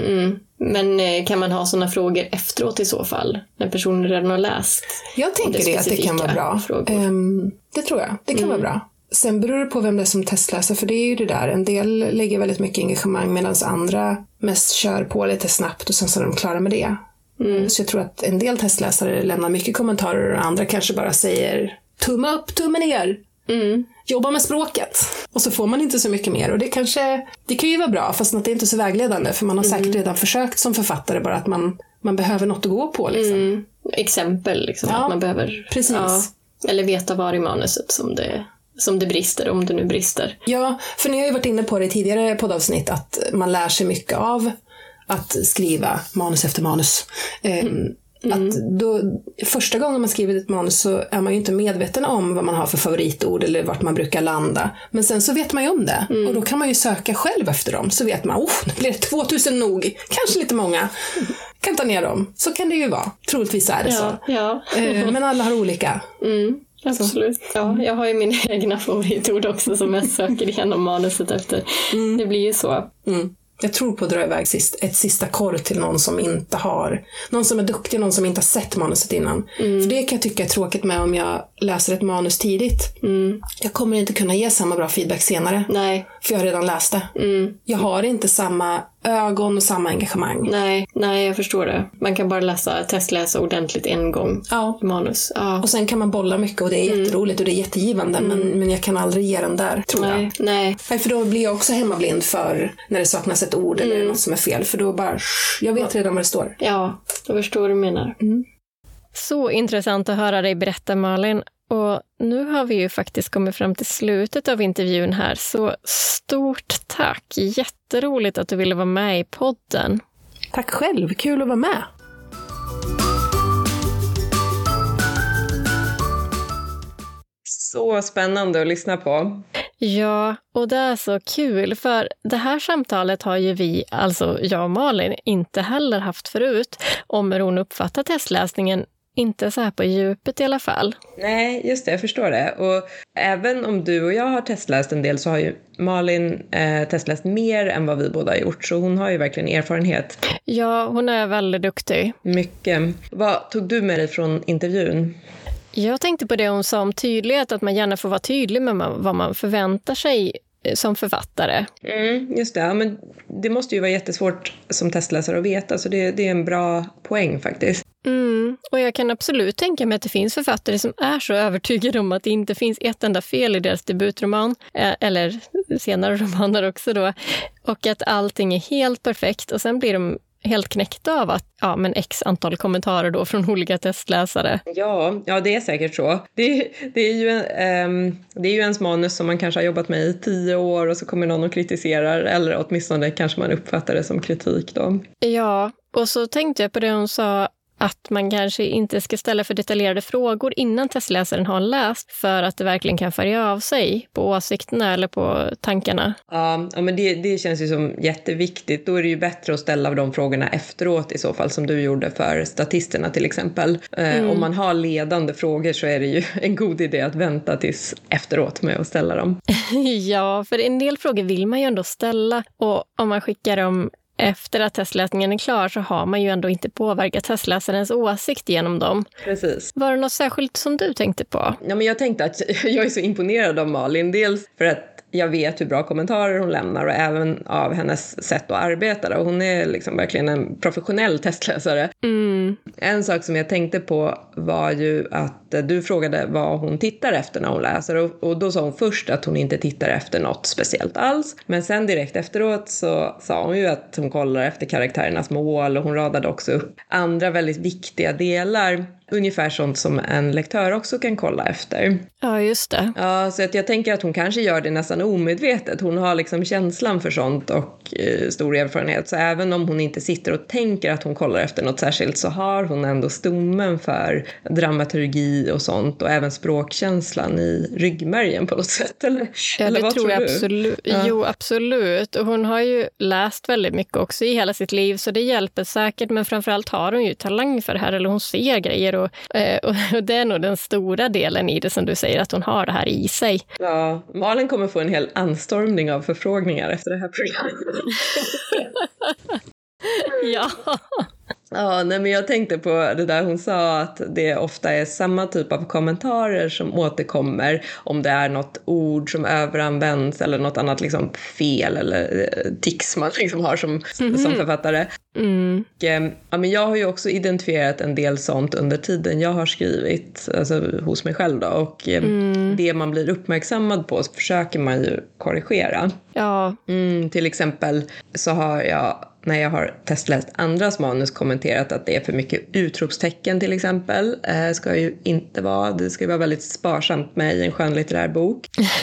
Speaker 2: Men kan man ha sådana frågor efteråt i så fall? När personen redan har läst?
Speaker 3: Jag tänker det, att det kan vara bra. Det tror jag, det kan vara bra. Sen beror det på vem det är som testläser, för det är ju det där. En del lägger väldigt mycket engagemang medan andra mest kör på lite snabbt och sen så är de klara med det. Så jag tror att en del testläsare lämnar mycket kommentarer och andra kanske bara säger tumme upp, tumme ner. Jobba med språket. Och så får man inte så mycket mer. Och det kan ju vara bra, fast att det är inte så vägledande. För man har säkert redan försökt som författare, bara att man behöver något att gå på. Liksom.
Speaker 2: Exempel, liksom, att man behöver...
Speaker 3: Precis.
Speaker 2: Ja, eller veta var i manuset som det brister, om det nu brister.
Speaker 3: Ja, för ni har ju varit inne på det i tidigare poddavsnitt, att man lär sig mycket av att skriva manus efter manus. Att då, första gången man skriver ett manus så är man ju inte medveten om vad man har för favoritord eller vart man brukar landa. Men sen så vet man ju om det. Och då kan man ju söka själv efter dem. Så vet man, nu blir det 2000 nog. Kanske lite många. Kan ta ner dem. Så kan det ju vara. Troligtvis är det så.
Speaker 2: Ja.
Speaker 3: Men alla har olika.
Speaker 2: Absolut. Ja, jag har ju mina egna favoritord också som jag söker igenom manuset efter. Det blir ju så.
Speaker 3: Jag tror på att dra iväg ett sista korr till någon som inte har, någon som är duktig, någon som inte har sett manuset innan. För det kan jag tycka är tråkigt med om jag läser ett manus tidigt. Jag kommer inte kunna ge samma bra feedback senare.
Speaker 2: Nej.
Speaker 3: För jag har redan läst det. Jag har inte samma ögon och samma engagemang.
Speaker 2: Nej, jag förstår det. Man kan bara testläsa ordentligt en gång i manus. Ja.
Speaker 3: Och sen kan man bolla mycket och det är jätteroligt och det är jättegivande. Men jag kan aldrig ge den där, tror jag.
Speaker 2: Nej,
Speaker 3: för då blir jag också hemmablind för när det saknas ett ord eller något som är fel. För då bara, jag vet redan vad det står.
Speaker 2: Ja, jag förstår vad du menar. Så intressant att höra dig berätta, Malin. Och nu har vi ju faktiskt kommit fram till slutet av intervjun här, så stort tack. Jätteroligt att du ville vara med i podden.
Speaker 3: Tack själv, kul att vara med.
Speaker 1: Så spännande att lyssna på.
Speaker 2: Ja, och det är så kul, för det här samtalet har ju vi, alltså jag och Malin, inte heller haft förut om hur hon uppfattar testläsningen. Inte så här på djupet i alla fall.
Speaker 1: Nej, just det, jag förstår det. Och även om du och jag har testläst en del så har ju Malin testläst mer än vad vi båda har gjort. Så hon har ju verkligen erfarenhet.
Speaker 2: Ja, hon är väldigt duktig.
Speaker 1: Mycket. Vad tog du med dig från intervjun?
Speaker 2: Jag tänkte på det hon sa om tydlighet, att man gärna får vara tydlig med vad man förväntar sig som författare.
Speaker 1: Just det, ja, men det måste ju vara jättesvårt som testläsare att veta, så det är en bra poäng faktiskt.
Speaker 2: Och jag kan absolut tänka mig att det finns författare som är så övertygade om att det inte finns ett enda fel i deras debutroman, eller senare romaner också då, och att allting är helt perfekt, och sen blir de helt knäckta av att men x antal kommentarer då från olika testläsare.
Speaker 1: Ja, det är säkert så. Det är ju ens manus som man kanske har jobbat med i 10 år och så kommer någon och kritiserar, eller åtminstone kanske man uppfattar det som kritik då.
Speaker 2: Ja, och så tänkte jag på det hon sa, att man kanske inte ska ställa för detaljerade frågor innan testläsaren har läst, för att det verkligen kan färga av sig på åsikterna eller på tankarna. Ja,
Speaker 1: men det känns ju som jätteviktigt. Då är det ju bättre att ställa de frågorna efteråt i så fall, som du gjorde för statisterna till exempel. Om man har ledande frågor så är det ju en god idé att vänta tills efteråt med att ställa dem.
Speaker 2: Ja, för en del frågor vill man ju ändå ställa, och om man skickar dem efter att testläsningen är klar så har man ju ändå inte påverkat testläsarens åsikt genom dem.
Speaker 1: Precis.
Speaker 2: Var det något särskilt som du tänkte på?
Speaker 1: Ja, men jag tänkte att jag är så imponerad av Malin. Dels för att jag vet hur bra kommentarer hon lämnar och även av hennes sätt att arbeta. Och hon är liksom verkligen en professionell testläsare. En sak som jag tänkte på var ju att du frågade vad hon tittar efter när hon läser. Och då sa hon först att hon inte tittar efter något speciellt alls. Men sen direkt efteråt så sa hon ju att hon kollar efter karaktärernas mål. Och hon radade också upp andra väldigt viktiga delar. Ungefär sånt som en lektör också kan kolla efter.
Speaker 2: Ja, just det.
Speaker 1: Ja, så att jag tänker att hon kanske gör det nästan omedvetet. Hon har liksom känslan för sånt och stor erfarenhet. Så även om hon inte sitter och tänker att hon kollar efter något särskilt, så har hon ändå stommen för dramaturgi och sånt. Och även språkkänslan i ryggmärgen på något sätt. Eller
Speaker 2: det
Speaker 1: vad
Speaker 2: tror jag
Speaker 1: du?
Speaker 2: absolut.
Speaker 1: Ja.
Speaker 2: Jo, absolut. Och hon har ju läst väldigt mycket också i hela sitt liv, så det hjälper säkert. Men framförallt har hon ju talang för det här, eller hon ser grejer. Och det är nog den stora delen i det, som du säger, att hon har det här i sig.
Speaker 1: Ja, Malin kommer få en hel anstormning av förfrågningar efter det här programmet.
Speaker 2: Ja.
Speaker 1: Ja, nej, men jag tänkte på det där hon sa, att det ofta är samma typ av kommentarer som återkommer om det är något ord som överanvänds eller något annat liksom fel eller tics man liksom har som författare. Ja, men jag har ju också identifierat en del sånt under tiden jag har skrivit, alltså hos mig själv då, och det man blir uppmärksammad på så försöker man ju korrigera.
Speaker 2: Ja.
Speaker 1: Till exempel så har jag, när jag har testläst andras manus, kommenterat att det är för mycket utropstecken till exempel. Ska ju inte vara. Det ska vara väldigt sparsamt med i en skönlitterär bok.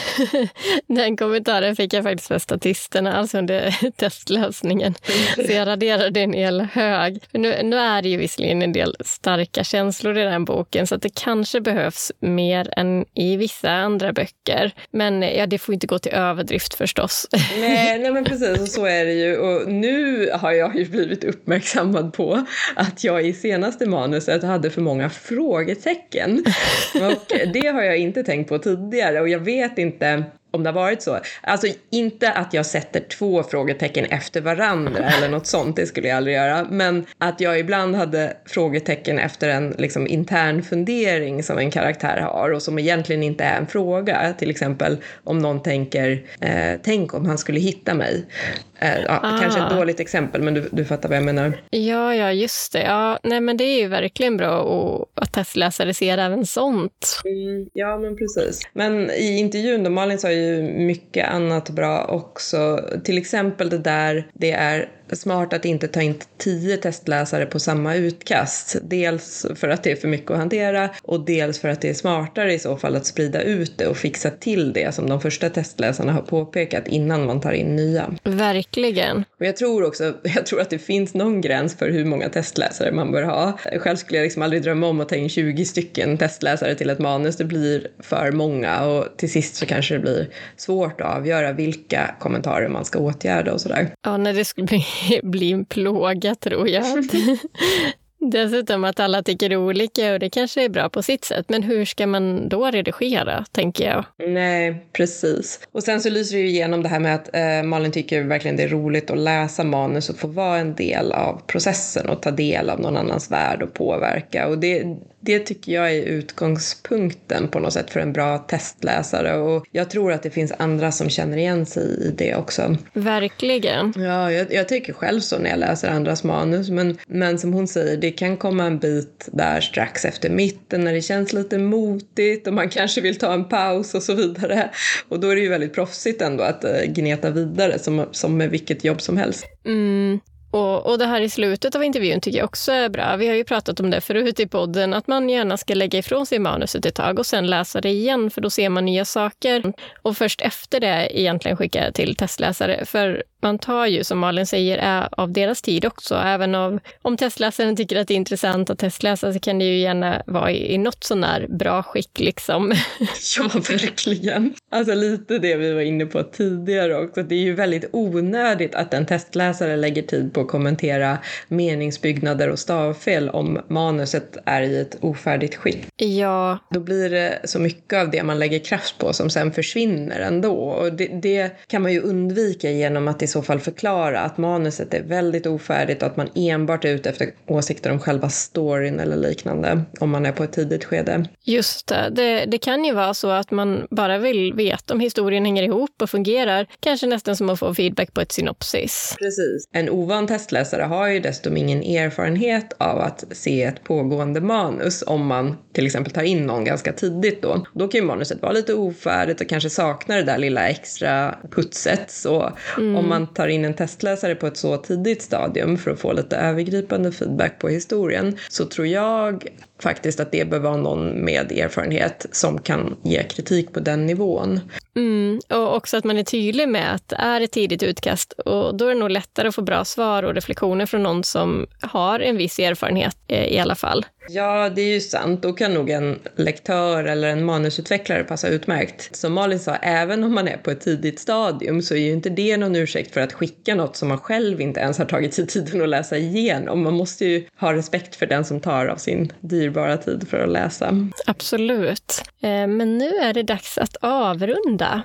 Speaker 2: Den kommentaren fick jag faktiskt för statisterna, alltså under testläsningen. Så jag raderade en hel hög. Nu är det ju visserligen en del starka känslor i den boken, så att det kanske behövs mer än i vissa andra böcker. Men ja, det får inte gå till överdrift förstås.
Speaker 1: Nej, men precis, och så är det ju. Och nu har jag ju blivit uppmärksammad på att jag i senaste manuset hade för många frågetecken. Och det har jag inte tänkt på tidigare, och jag vet inte om det har varit så. Alltså inte att jag sätter 2 frågetecken efter varandra eller något sånt, det skulle jag aldrig göra. Men att jag ibland hade frågetecken efter en liksom intern fundering som en karaktär har och som egentligen inte är en fråga. Till exempel om någon tänker, tänk om han skulle hitta mig. Kanske ett dåligt exempel, men du fattar vad jag menar.
Speaker 2: Ja, just det. Ja, nej, men det är ju verkligen bra att testläsare ser även sånt.
Speaker 1: Ja, men precis. Men i intervjun då, Malin sa ju mycket annat bra också. Till exempel det är smart att inte ta in 10 testläsare på samma utkast. Dels för att det är för mycket att hantera, och dels för att det är smartare i så fall att sprida ut det och fixa till det som de första testläsarna har påpekat innan man tar in nya.
Speaker 2: Verkligen.
Speaker 1: Och jag tror att det finns någon gräns för hur många testläsare man bör ha. Själv skulle jag liksom aldrig drömma om att ta in 20 stycken testläsare till ett manus. Det blir för många, och till sist så kanske det blir svårt att avgöra vilka kommentarer man ska åtgärda och sådär.
Speaker 2: Ja, nej, det skulle bli en plåga, tror jag. Dessutom att alla tycker olika, och det kanske är bra på sitt sätt. Men hur ska man då redigera, tänker jag?
Speaker 1: Nej, precis. Och sen så lyser det ju igenom det här med att Malin tycker verkligen det är roligt att läsa manus och få vara en del av processen och ta del av någon annans värld och påverka. Och det tycker jag är utgångspunkten på något sätt för en bra testläsare. Och jag tror att det finns andra som känner igen sig i det också.
Speaker 2: Verkligen.
Speaker 1: Ja, jag tycker själv så när jag läser andras manus. Men som hon säger, det kan komma en bit där strax efter mitten när det känns lite motigt och man kanske vill ta en paus och så vidare. Och då är det ju väldigt proffsigt ändå att gneta vidare som med vilket jobb som helst.
Speaker 2: Och det här i slutet av intervjun tycker jag också är bra. Vi har ju pratat om det förut i podden, att man gärna ska lägga ifrån sig manuset ett tag och sen läsa det igen, för då ser man nya saker. Och först efter det egentligen skicka till testläsare. För man tar ju, som Malin säger, av deras tid också. Även om testläsaren tycker att det är intressant att testläsa, så kan det ju gärna vara i något sån här bra skick liksom.
Speaker 1: Ja, verkligen. Alltså lite det vi var inne på tidigare också. Det är ju väldigt onödigt att en testläsare lägger tid på att kommentera meningsbyggnader och stavfel om manuset är i ett ofärdigt skick.
Speaker 2: Ja.
Speaker 1: Då blir det så mycket av det man lägger kraft på som sen försvinner ändå. Och det kan man ju undvika genom att i så fall förklara att manuset är väldigt ofärdigt och att man enbart är ute efter åsikter om själva storyn eller liknande om man är på ett tidigt skede.
Speaker 2: Just det. Det kan ju vara så att man bara vill veta om historien hänger ihop och fungerar. Kanske nästan som att få feedback på ett synopsis.
Speaker 1: Precis. En ovan testläsare har ju dessutom ingen erfarenhet av att se ett pågående manus om man till exempel tar in någon ganska tidigt då. Då kan ju manuset vara lite ofärdigt och kanske saknar det där lilla extra putset. Så om man tar in en testläsare på ett så tidigt stadium för att få lite övergripande feedback på historien, så tror jag faktiskt att det bör vara någon med erfarenhet som kan ge kritik på den nivån.
Speaker 2: Och också att man är tydlig med att det är ett tidigt utkast, och då är det nog lättare att få bra svar och reflektioner från någon som har en viss erfarenhet i alla fall.
Speaker 1: Ja, det är ju sant. Då kan nog en lektör eller en manusutvecklare passa utmärkt. Som Malin sa, även om man är på ett tidigt stadium så är ju inte det någon ursäkt för att skicka något som man själv inte ens har tagit sig tiden att läsa igenom. Man måste ju ha respekt för den som tar av sin dyrbara tid för att läsa.
Speaker 2: Absolut. Men nu är det dags att avrunda.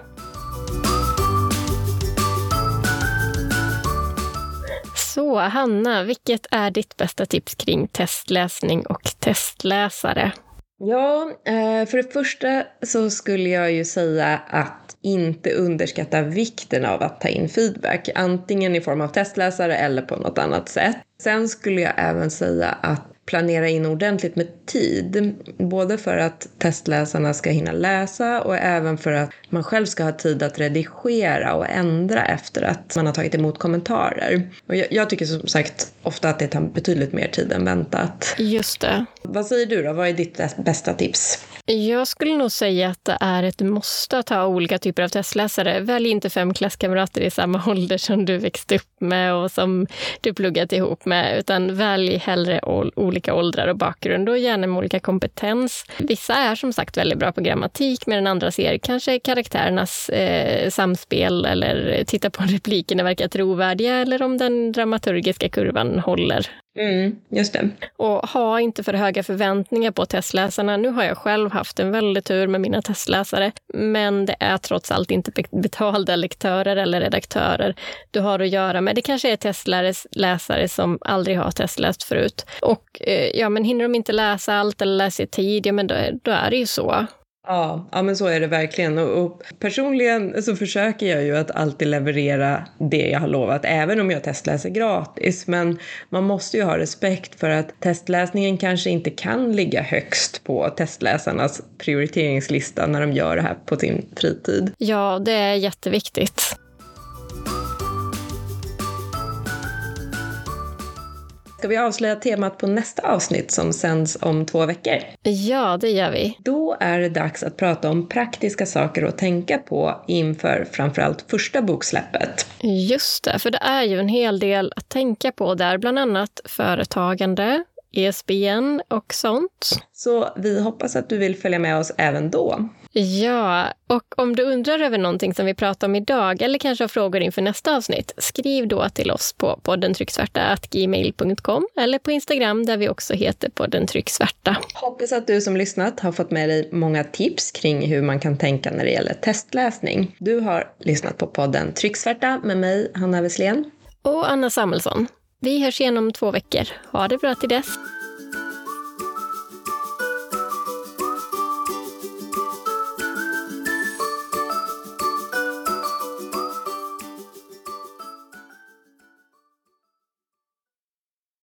Speaker 2: Så Hanna, vilket är ditt bästa tips kring testläsning och testläsare?
Speaker 1: Ja, för det första så skulle jag ju säga att inte underskatta vikten av att ta in feedback, antingen i form av testläsare eller på något annat sätt. Sen skulle jag även säga att planera in ordentligt med tid, både för att testläsarna ska hinna läsa och även för att man själv ska ha tid att redigera och ändra efter att man har tagit emot kommentarer. Och jag tycker som sagt ofta att det tar betydligt mer tid än väntat.
Speaker 2: Just det.
Speaker 1: Vad säger du då? Vad är ditt bästa tips?
Speaker 2: Jag skulle nog säga att det är ett måste att ha olika typer av testläsare. Välj inte 5 klasskamrater i samma ålder som du växte upp med och som du pluggat ihop med, utan välj hellre olika åldrar och bakgrund och gärna med olika kompetens. Vissa är som sagt väldigt bra på grammatik, medan andra ser kanske karaktärernas samspel eller titta på replikerna verkar trovärdiga eller om den dramaturgiska kurvan håller.
Speaker 1: Just det.
Speaker 2: Och ha inte för höga förväntningar på testläsarna. Nu har jag själv haft en väldigt tur med mina testläsare, men det är trots allt inte betalda lektörer eller redaktörer du har att göra med. Det kanske är testläsare som aldrig har testläst förut. Och men hinner de inte läsa allt eller läsa i tid, men då är det ju så.
Speaker 1: Ja, men så är det verkligen. Och personligen så försöker jag ju att alltid leverera det jag har lovat, även om jag testläser gratis. Men man måste ju ha respekt för att testläsningen kanske inte kan ligga högst på testläsarnas prioriteringslista när de gör det här på sin fritid.
Speaker 2: Ja, det är jätteviktigt.
Speaker 1: Ska vi avslöja temat på nästa avsnitt som sänds om 2 veckor?
Speaker 2: Ja, det gör vi.
Speaker 1: Då är det dags att prata om praktiska saker att tänka på inför framförallt första boksläppet.
Speaker 2: Just det, för det är ju en hel del att tänka på där, bland annat företagande, ISBN och sånt.
Speaker 1: Så vi hoppas att du vill följa med oss även då.
Speaker 2: Ja, och om du undrar över någonting som vi pratar om idag eller kanske har frågor inför nästa avsnitt, skriv då till oss på poddentrycksvarta@gmail.com eller på Instagram där vi också heter podden Trycksvarta.
Speaker 1: Hoppas att du som lyssnat har fått med dig många tips kring hur man kan tänka när det gäller testläsning. Du har lyssnat på podden Trycksvarta med mig, Hanna Wesslén.
Speaker 2: Och Anna Samuelsson. Vi hörs igen om 2 veckor. Ha det bra till dess.